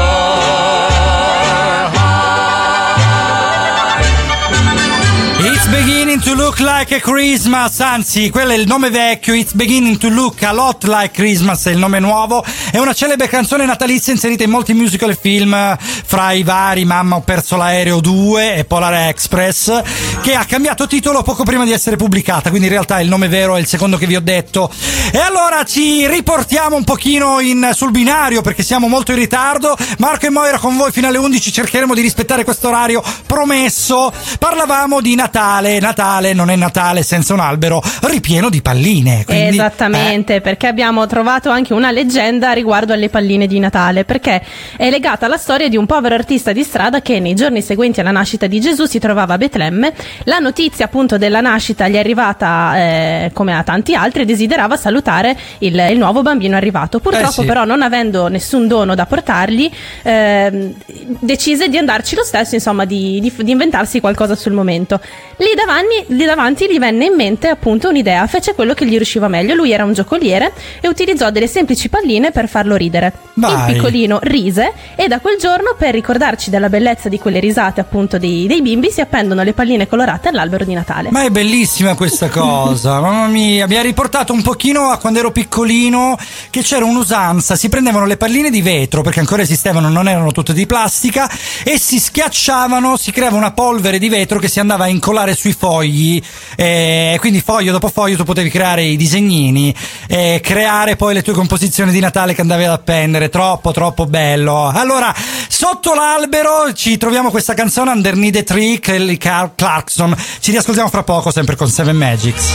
It's beginning to look like a Christmas, anzi, quello è il nome vecchio, It's beginning to look a lot like Christmas è il nome nuovo, è una celebre canzone natalizia inserita in molti musical e film, fra i vari Mamma ho perso l'aereo 2 e Polar Express, che ha cambiato titolo poco prima di essere pubblicata, quindi in realtà il nome vero è il secondo che vi ho detto. E allora ci riportiamo un pochino sul binario perché siamo molto in ritardo. Marco e Moira con voi fino alle 11, cercheremo di rispettare questo orario promesso. Parlavamo di Natale non è Natale senza un albero ripieno di palline, quindi,
esattamente, perché abbiamo trovato anche una leggenda riguardo alle palline di Natale, perché è legata alla storia di un povero artista di strada che nei giorni seguenti alla nascita di Gesù si trovava a Betlemme. La notizia appunto della nascita gli è arrivata come a tanti altri e desiderava salutare il nuovo bambino arrivato. Purtroppo
sì.
Però non avendo nessun dono da portargli decise di andarci lo stesso, insomma di inventarsi qualcosa sul momento. Lì davanti gli venne in mente appunto un'idea, fece quello che gli riusciva meglio. Lui era un giocoliere e utilizzò delle semplici palline per farlo ridere. Il piccolino rise e da quel giorno, per ricordarci della bellezza di quelle risate appunto dei bimbi, si appendono le palline colorate all'albero di Natale.
Ma è bellissima questa cosa, mamma mia, mi ha riportato un pochino a quando ero piccolino, che c'era un'usanza, si prendevano le palline di vetro perché ancora esistevano, non erano tutte di plastica, e si schiacciavano, si creava una polvere di vetro che si andava a incollare sui fogli, quindi foglio dopo foglio tu potevi creare i disegnini e creare poi le tue composizioni di Natale che andavi ad appendere. Troppo bello. Allora, sotto l'albero ci troviamo questa canzone Underneath the Tree, Kelly Clarkson. Ci riascoltiamo fra poco sempre con Seven Magics.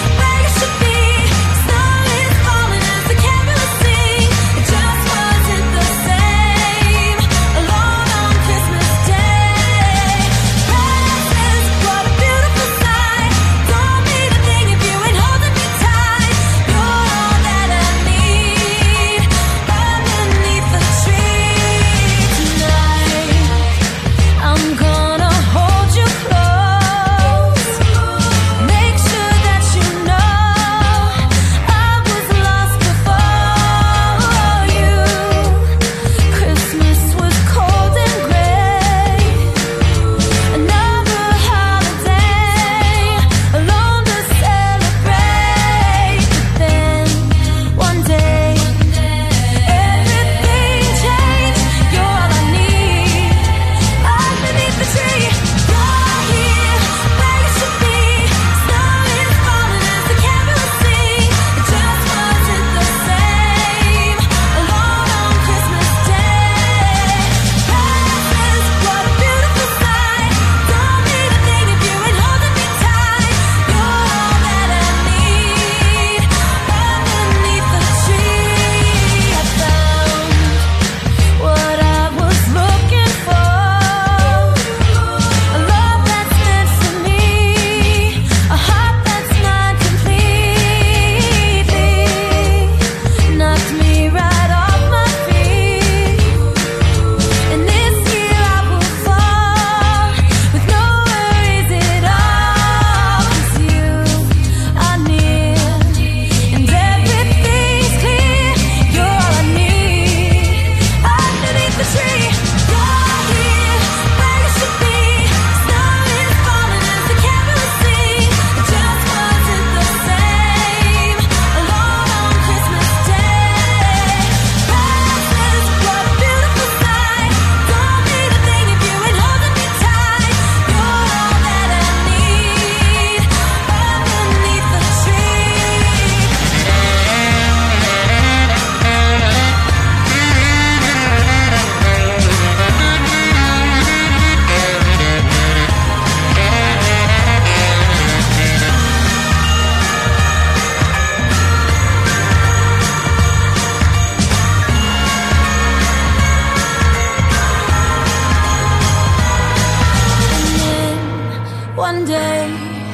one day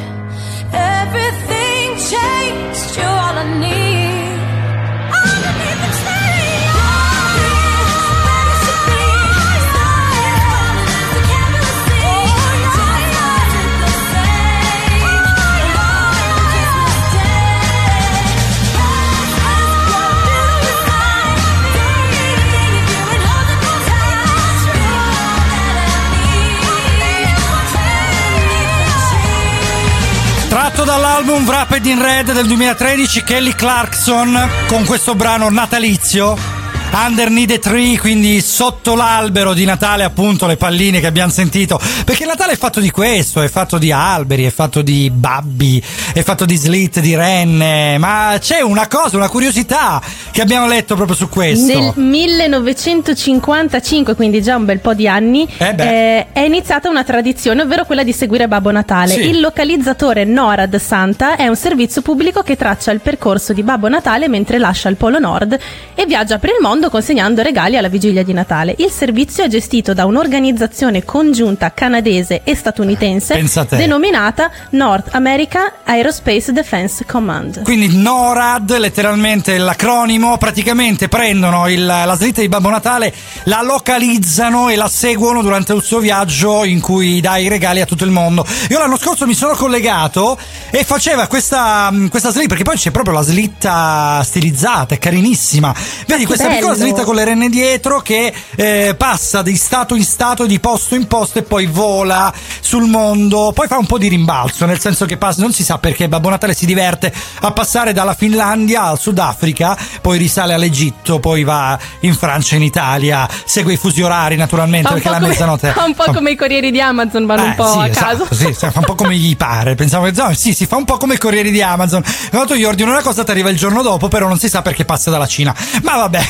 everything changed. You're all I need. Underneath the tree.
Tratto dall'album Wrapped in Red del 2013, Kelly Clarkson con questo brano natalizio, Underneath the Tree, quindi sotto l'albero di Natale, appunto, le palline che abbiamo sentito, perché il Natale è fatto di questo, è fatto di alberi, è fatto di babbi, è fatto di slit, di renne, ma c'è una cosa, una curiosità che abbiamo letto proprio su questo.
Nel 1955, quindi già un bel po' di anni, è iniziata una tradizione, ovvero quella di seguire Babbo Natale.
Sì.
Il localizzatore NORAD Santa è un servizio pubblico che traccia il percorso di Babbo Natale mentre lascia il Polo Nord e viaggia per il mondo consegnando regali alla vigilia di Natale. Il servizio è gestito da un'organizzazione congiunta canadese e statunitense denominata North America Aerospace Defense Command.
Quindi NORAD, letteralmente l'acronimo, praticamente prendono la slitta di Babbo Natale, la localizzano e la seguono durante il suo viaggio in cui dà i regali a tutto il mondo. Io l'anno scorso mi sono collegato e faceva questa slitta, perché poi c'è proprio la slitta stilizzata, è carinissima. Vedi questa piccola slitta con le renne dietro che passa di stato in stato, di posto in posto e poi vola sul mondo, poi fa un po' di rimbalzo, nel senso che passa, non si sa perché Babbo Natale si diverte a passare dalla Finlandia al Sudafrica, poi risale all'Egitto, poi va in Francia, in Italia, segue i fusi orari naturalmente, perché la mezzanotte
fa un po' come i corrieri di Amazon, vanno un po' a caso.
Sì, fa un po' come gli pare. Pensavo che si fa un po' come i corrieri di Amazon. Quando gli ordini una cosa ti arriva il giorno dopo, però non si sa perché passa dalla Cina. Ma vabbè,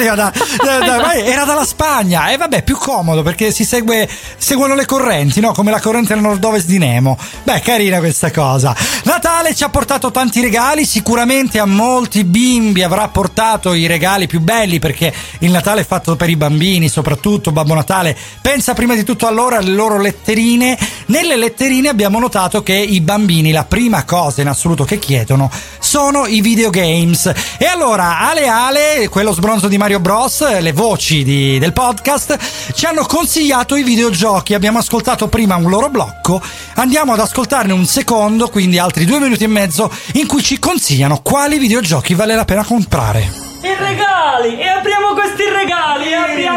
era dalla Spagna, e vabbè, più comodo perché seguono le correnti, no? Come la corrente del nord-ovest di Nemo. Beh, carina questa cosa. Natale ci ha portato tanti regali, sicuramente a molti bimbi avrà portato i regali più belli, perché il Natale è fatto per i bambini, soprattutto Babbo Natale pensa prima di tutto a loro, alle loro letterine. Nelle letterine abbiamo notato che i bambini la prima cosa in assoluto che chiedono sono i videogames. E allora Ale, quello sbronzo di Mario Bros, le voci del podcast, ci hanno consigliato i videogiochi. Abbiamo ascoltato prima un loro blocco, andiamo ad ascoltarne un secondo, quindi altri 2 minuti e mezzo, in cui ci consigliano quali videogiochi vale la pena comprare.
I regali! E apriamo questi regali!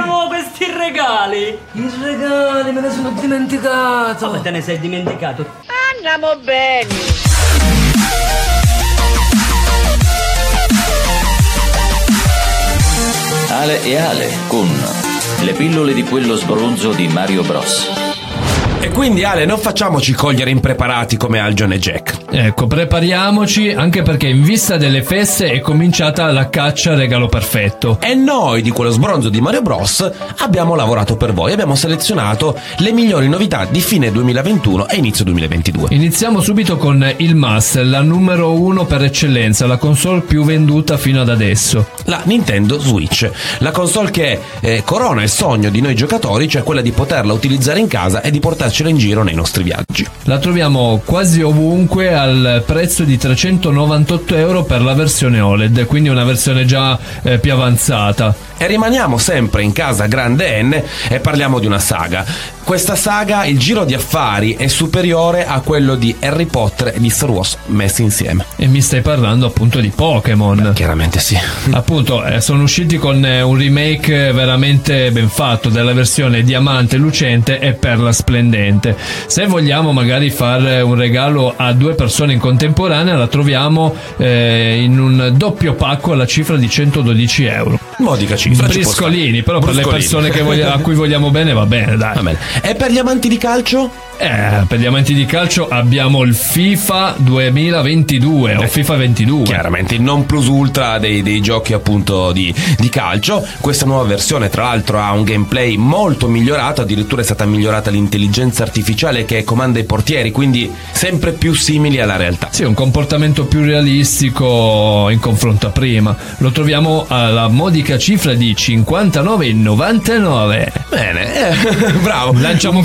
I regali, me ne sono dimenticato! Come te ne sei dimenticato?
Andiamo bene!
Ale e Ale con le pillole di quello sbronzo di Mario Bros.
E quindi Ale, non facciamoci cogliere impreparati come Algion e Jack.
Ecco, prepariamoci, anche perché in vista delle feste è cominciata la caccia al regalo perfetto.
E noi di quello sbronzo di Mario Bros abbiamo lavorato per voi, abbiamo selezionato le migliori novità di fine 2021 e inizio 2022.
Iniziamo subito con il must, la numero 1 per eccellenza, la console più venduta fino ad adesso.
La Nintendo Switch, la console che corona il sogno di noi giocatori, cioè quella di poterla utilizzare in casa e di portarcela in giro nei nostri viaggi.
La troviamo quasi ovunque al prezzo di €398 per la versione OLED, quindi una versione già più avanzata.
E rimaniamo sempre in casa grande N e parliamo di una saga. Questa saga, il giro di affari è superiore a quello di Harry Potter e di Star Wars messi insieme.
E mi stai parlando appunto di Pokémon?
Beh, chiaramente sì.
Appunto, sono usciti con un remake veramente ben fatto della versione Diamante Lucente e Perla Splendente. Se vogliamo magari fare un regalo a 2 persone in contemporanea, la troviamo in un doppio pacco alla cifra di €112.
Modica cifra.
Briscolini, però per le persone a cui vogliamo bene va bene, dai.
Va bene. E per gli amanti di calcio?
Per gli amanti di calcio abbiamo il FIFA 2022 o FIFA 22.
Chiaramente il non plus ultra dei giochi appunto di calcio. Questa nuova versione tra l'altro ha un gameplay molto migliorato, addirittura è stata migliorata l'intelligenza artificiale che comanda i portieri, quindi sempre più simili alla realtà.
Sì, un comportamento più realistico in confronto a prima. Lo troviamo alla modica cifra di €59,99.
Bene, bravo.
Lanciamo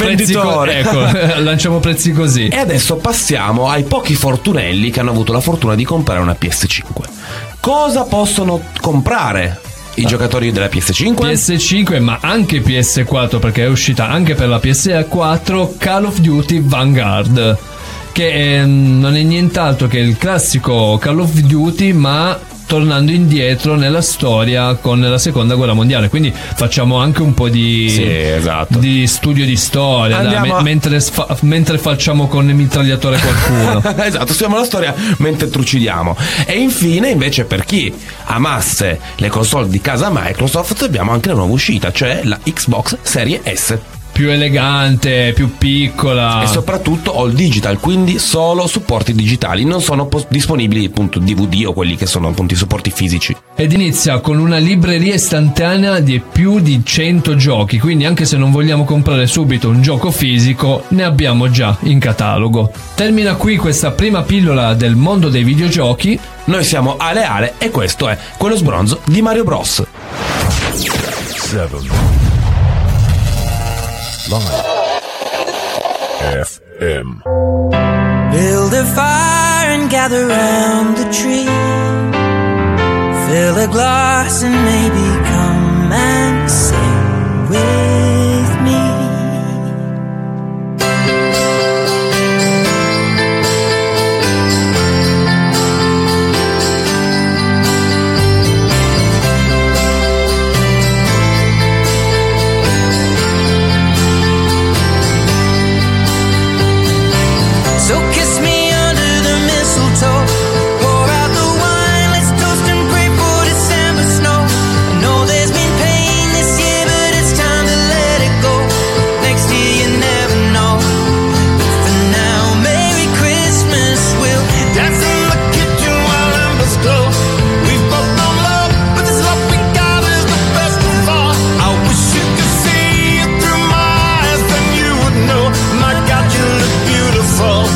prezzi così.
E adesso passiamo ai pochi fortunelli che hanno avuto la fortuna di comprare una PS5. Cosa possono comprare i giocatori della PS5?
PS5, ma anche PS4, perché è uscita anche per la PS4 Call of Duty Vanguard, che non è nient'altro che il classico Call of Duty, ma tornando indietro nella storia con la seconda guerra mondiale, quindi facciamo anche un po' di,
esatto,
di studio di storia, mentre facciamo con il mitragliatore qualcuno.
Esatto, studiamo la storia mentre trucidiamo. E infine, invece, per chi amasse le console di casa Microsoft, abbiamo anche la nuova uscita, cioè la Xbox Serie S.
Più elegante, più piccola
e soprattutto all digital, quindi solo supporti digitali, non sono disponibili appunto DVD o quelli che sono appunto i supporti fisici.
Ed inizia con una libreria istantanea di più di 100 giochi, quindi anche se non vogliamo comprare subito un gioco fisico, ne abbiamo già in catalogo. Termina qui questa prima pillola del mondo dei videogiochi.
Noi siamo Ale e questo è Quello sbronzo di Mario Bros.
7 Live FM.
Build a fire and gather round the tree. Fill a glass and maybe come and sing with me. So kiss me under the mistletoe. Pour out the wine, let's toast and pray for December snow. I know there's been pain this year, but it's time to let it go. Next year you never know. But for now, Merry Christmas. We'll dance in the kitchen while embers glow. We've both known love, but this love we got is the best of all. I wish you could see it through my eyes, then you would know. My God, you look beautiful.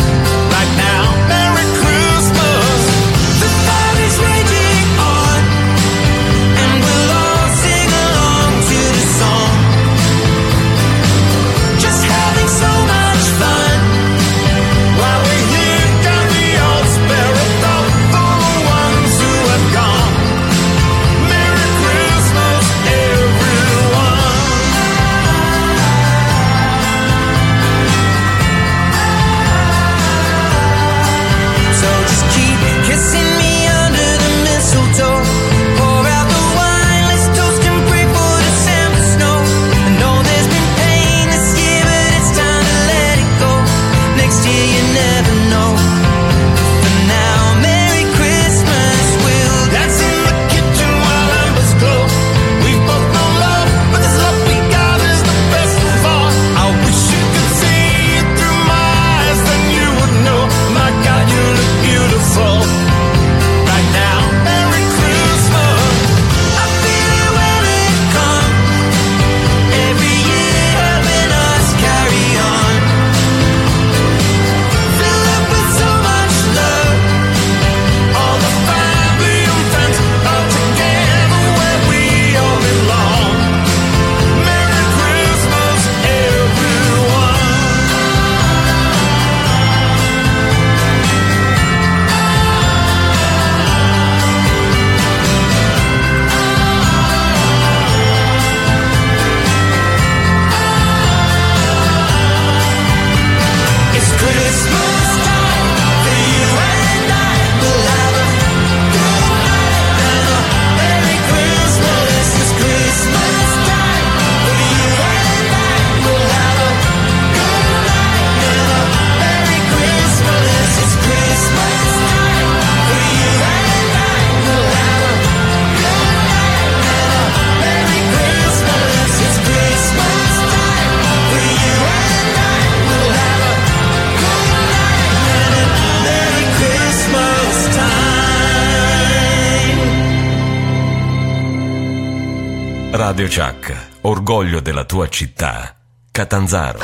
Radio Chuck, orgoglio della tua città, Catanzaro.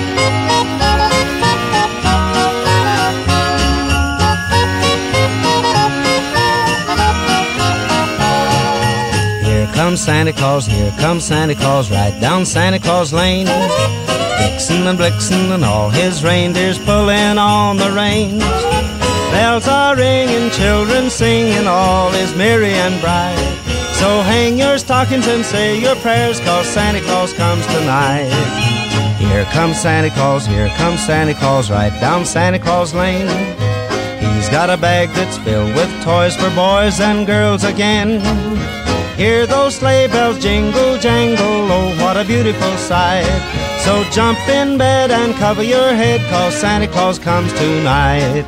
Here comes Santa Claus, right down Santa Claus Lane. Vixen and Blixen and all his reindeers pulling on the reins. Bells are ringing, children singing, all is merry and bright. So hang your stockings and say your prayers, 'cause Santa Claus comes tonight. Here comes Santa Claus, right down Santa Claus Lane. He's got a bag that's filled with toys for boys and girls again. Hear those sleigh bells jingle, jangle, oh, what a beautiful sight. So jump in bed and cover your head, 'cause Santa Claus comes tonight.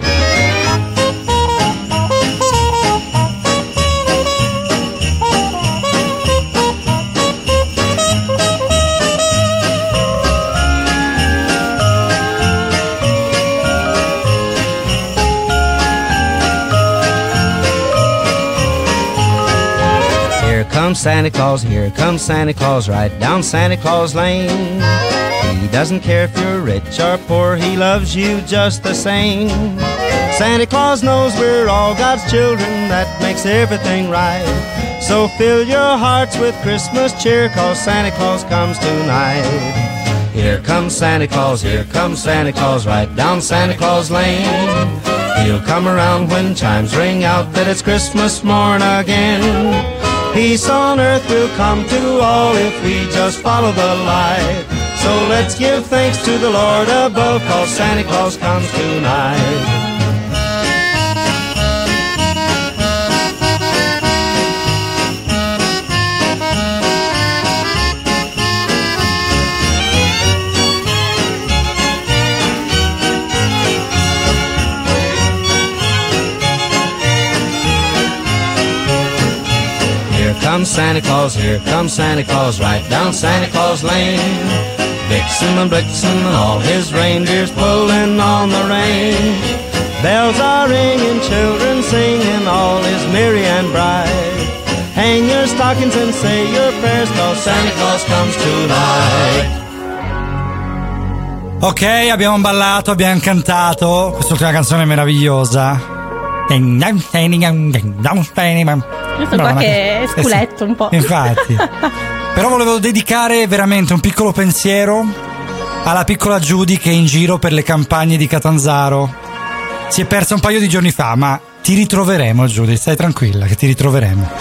Santa Claus, here comes Santa Claus, right down Santa Claus Lane. He doesn't care if you're rich or poor, he loves you just the same. Santa Claus knows we're all God's children, that makes everything right. So fill your hearts with Christmas cheer, 'cause Santa Claus comes tonight. Here comes Santa Claus, right down Santa Claus Lane. He'll come around when chimes ring out that it's Christmas morn again. Peace on earth will come to all if we just follow the light. So let's give thanks to the Lord above, 'cause Santa Claus comes tonight. Here comes Santa Claus, right down Santa Claus Lane. Vixen and Blitzen and all his reindeers pulling on the rein. Bells are ringing, children singing, all is merry and bright. Hang your stockings and say your prayers, 'cause Santa Claus comes tonight.
Ok, abbiamo ballato, abbiamo cantato. Quest'ultima canzone è meravigliosa.
Questo qua che è sculetto un po'.
Infatti. Però volevo dedicare veramente un piccolo pensiero alla piccola Judy che è in giro per le campagne di Catanzaro. Si è persa un paio di giorni fa, ma ti ritroveremo, Judy, stai tranquilla che ti ritroveremo.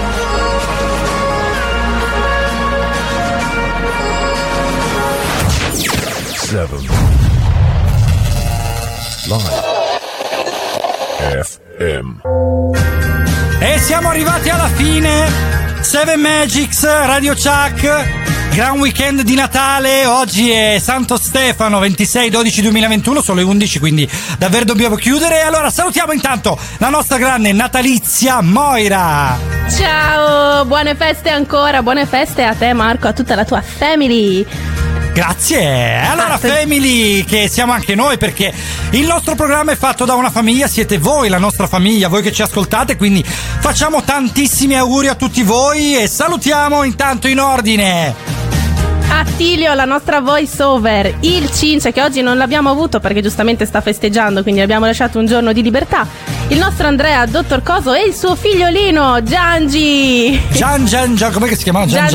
FM.
E siamo arrivati alla fine. 7 Magics, Radio Chuck, gran weekend di Natale. Oggi è Santo Stefano, 26/12/2021, sono le 11, quindi davvero dobbiamo chiudere. Allora salutiamo intanto la nostra grande natalizia Moira.
Ciao, buone feste ancora, buone feste a te Marco, a tutta la tua family.
Grazie. Allora family, che siamo anche noi, perché il nostro programma è fatto da una famiglia, siete voi la nostra famiglia, voi che ci ascoltate, quindi facciamo tantissimi auguri a tutti voi e salutiamo intanto in ordine
Attilio, la nostra voice over, il Cince che oggi non l'abbiamo avuto perché giustamente sta festeggiando, quindi abbiamo lasciato un giorno di libertà, il nostro Andrea, Dottor Coso e il suo figliolino Giangi.
Gian, com'è che si chiama? Gian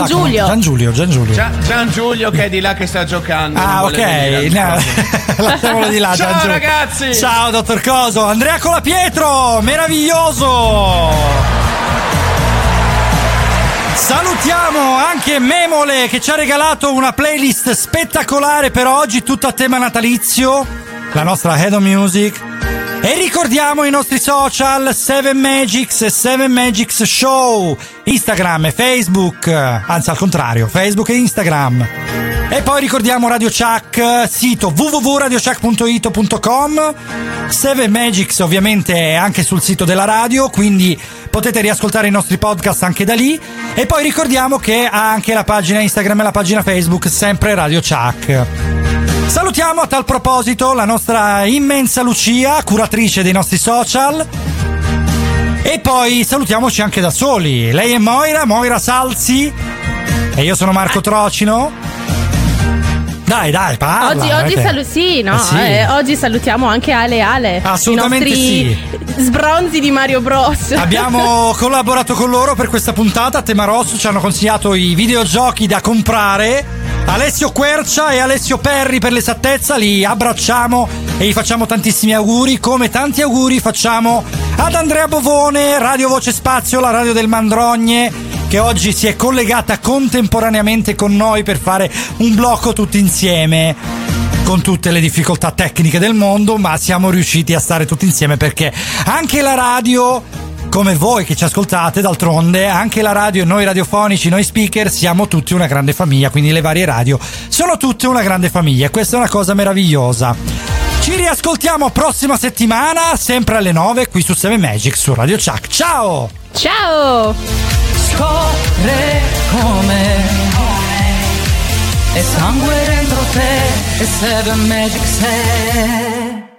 Giulio che è di là che sta giocando.
Ah, ok, lasciamolo di là.
Ciao ragazzi.
Ciao Dottor Coso. Andrea Colapietro, meraviglioso. Salutiamo anche Memole che ci ha regalato una playlist spettacolare per oggi, tutta a tema natalizio, la nostra Head of Music. E ricordiamo i nostri social 7 Magics e 7 Magics Show, Instagram e Facebook, anzi al contrario, Facebook e Instagram. E poi ricordiamo Radio Chuck, sito www.radiochuck.it.com, 7 Magics ovviamente anche sul sito della radio, quindi potete riascoltare i nostri podcast anche da lì. E poi ricordiamo che ha anche la pagina Instagram e la pagina Facebook, sempre Radio Chuck. Salutiamo a tal proposito la nostra immensa Lucia, curatrice dei nostri social. E poi salutiamoci anche da soli. Lei è Moira Salzi e io sono Marco Trocino. Dai, parla.
Oggi salutiamo anche Ale.
Assolutamente
i nostri sbronzi di Mario Bros.
Abbiamo collaborato con loro per questa puntata a tema rosso, ci hanno consigliato i videogiochi da comprare. Alessio Quercia e Alessio Perri per l'esattezza, li abbracciamo e gli facciamo tantissimi auguri, come tanti auguri facciamo ad Andrea Bovone, Radio Voce Spazio, la radio del Mandrogne, che oggi si è collegata contemporaneamente con noi per fare un blocco tutti insieme. con tutte le difficoltà tecniche del mondo, ma siamo riusciti a stare tutti insieme perché anche la radio, come voi che ci ascoltate, d'altronde anche la radio, noi radiofonici, noi speaker, siamo tutti una grande famiglia, quindi le varie radio sono tutte una grande famiglia e questa è una cosa meravigliosa. Ci riascoltiamo prossima settimana, sempre alle 9 qui su 7 Magic su Radio Chuck. Ciao!
Ciao!
Scorre come e sangue dentro te e 7 Magic 6.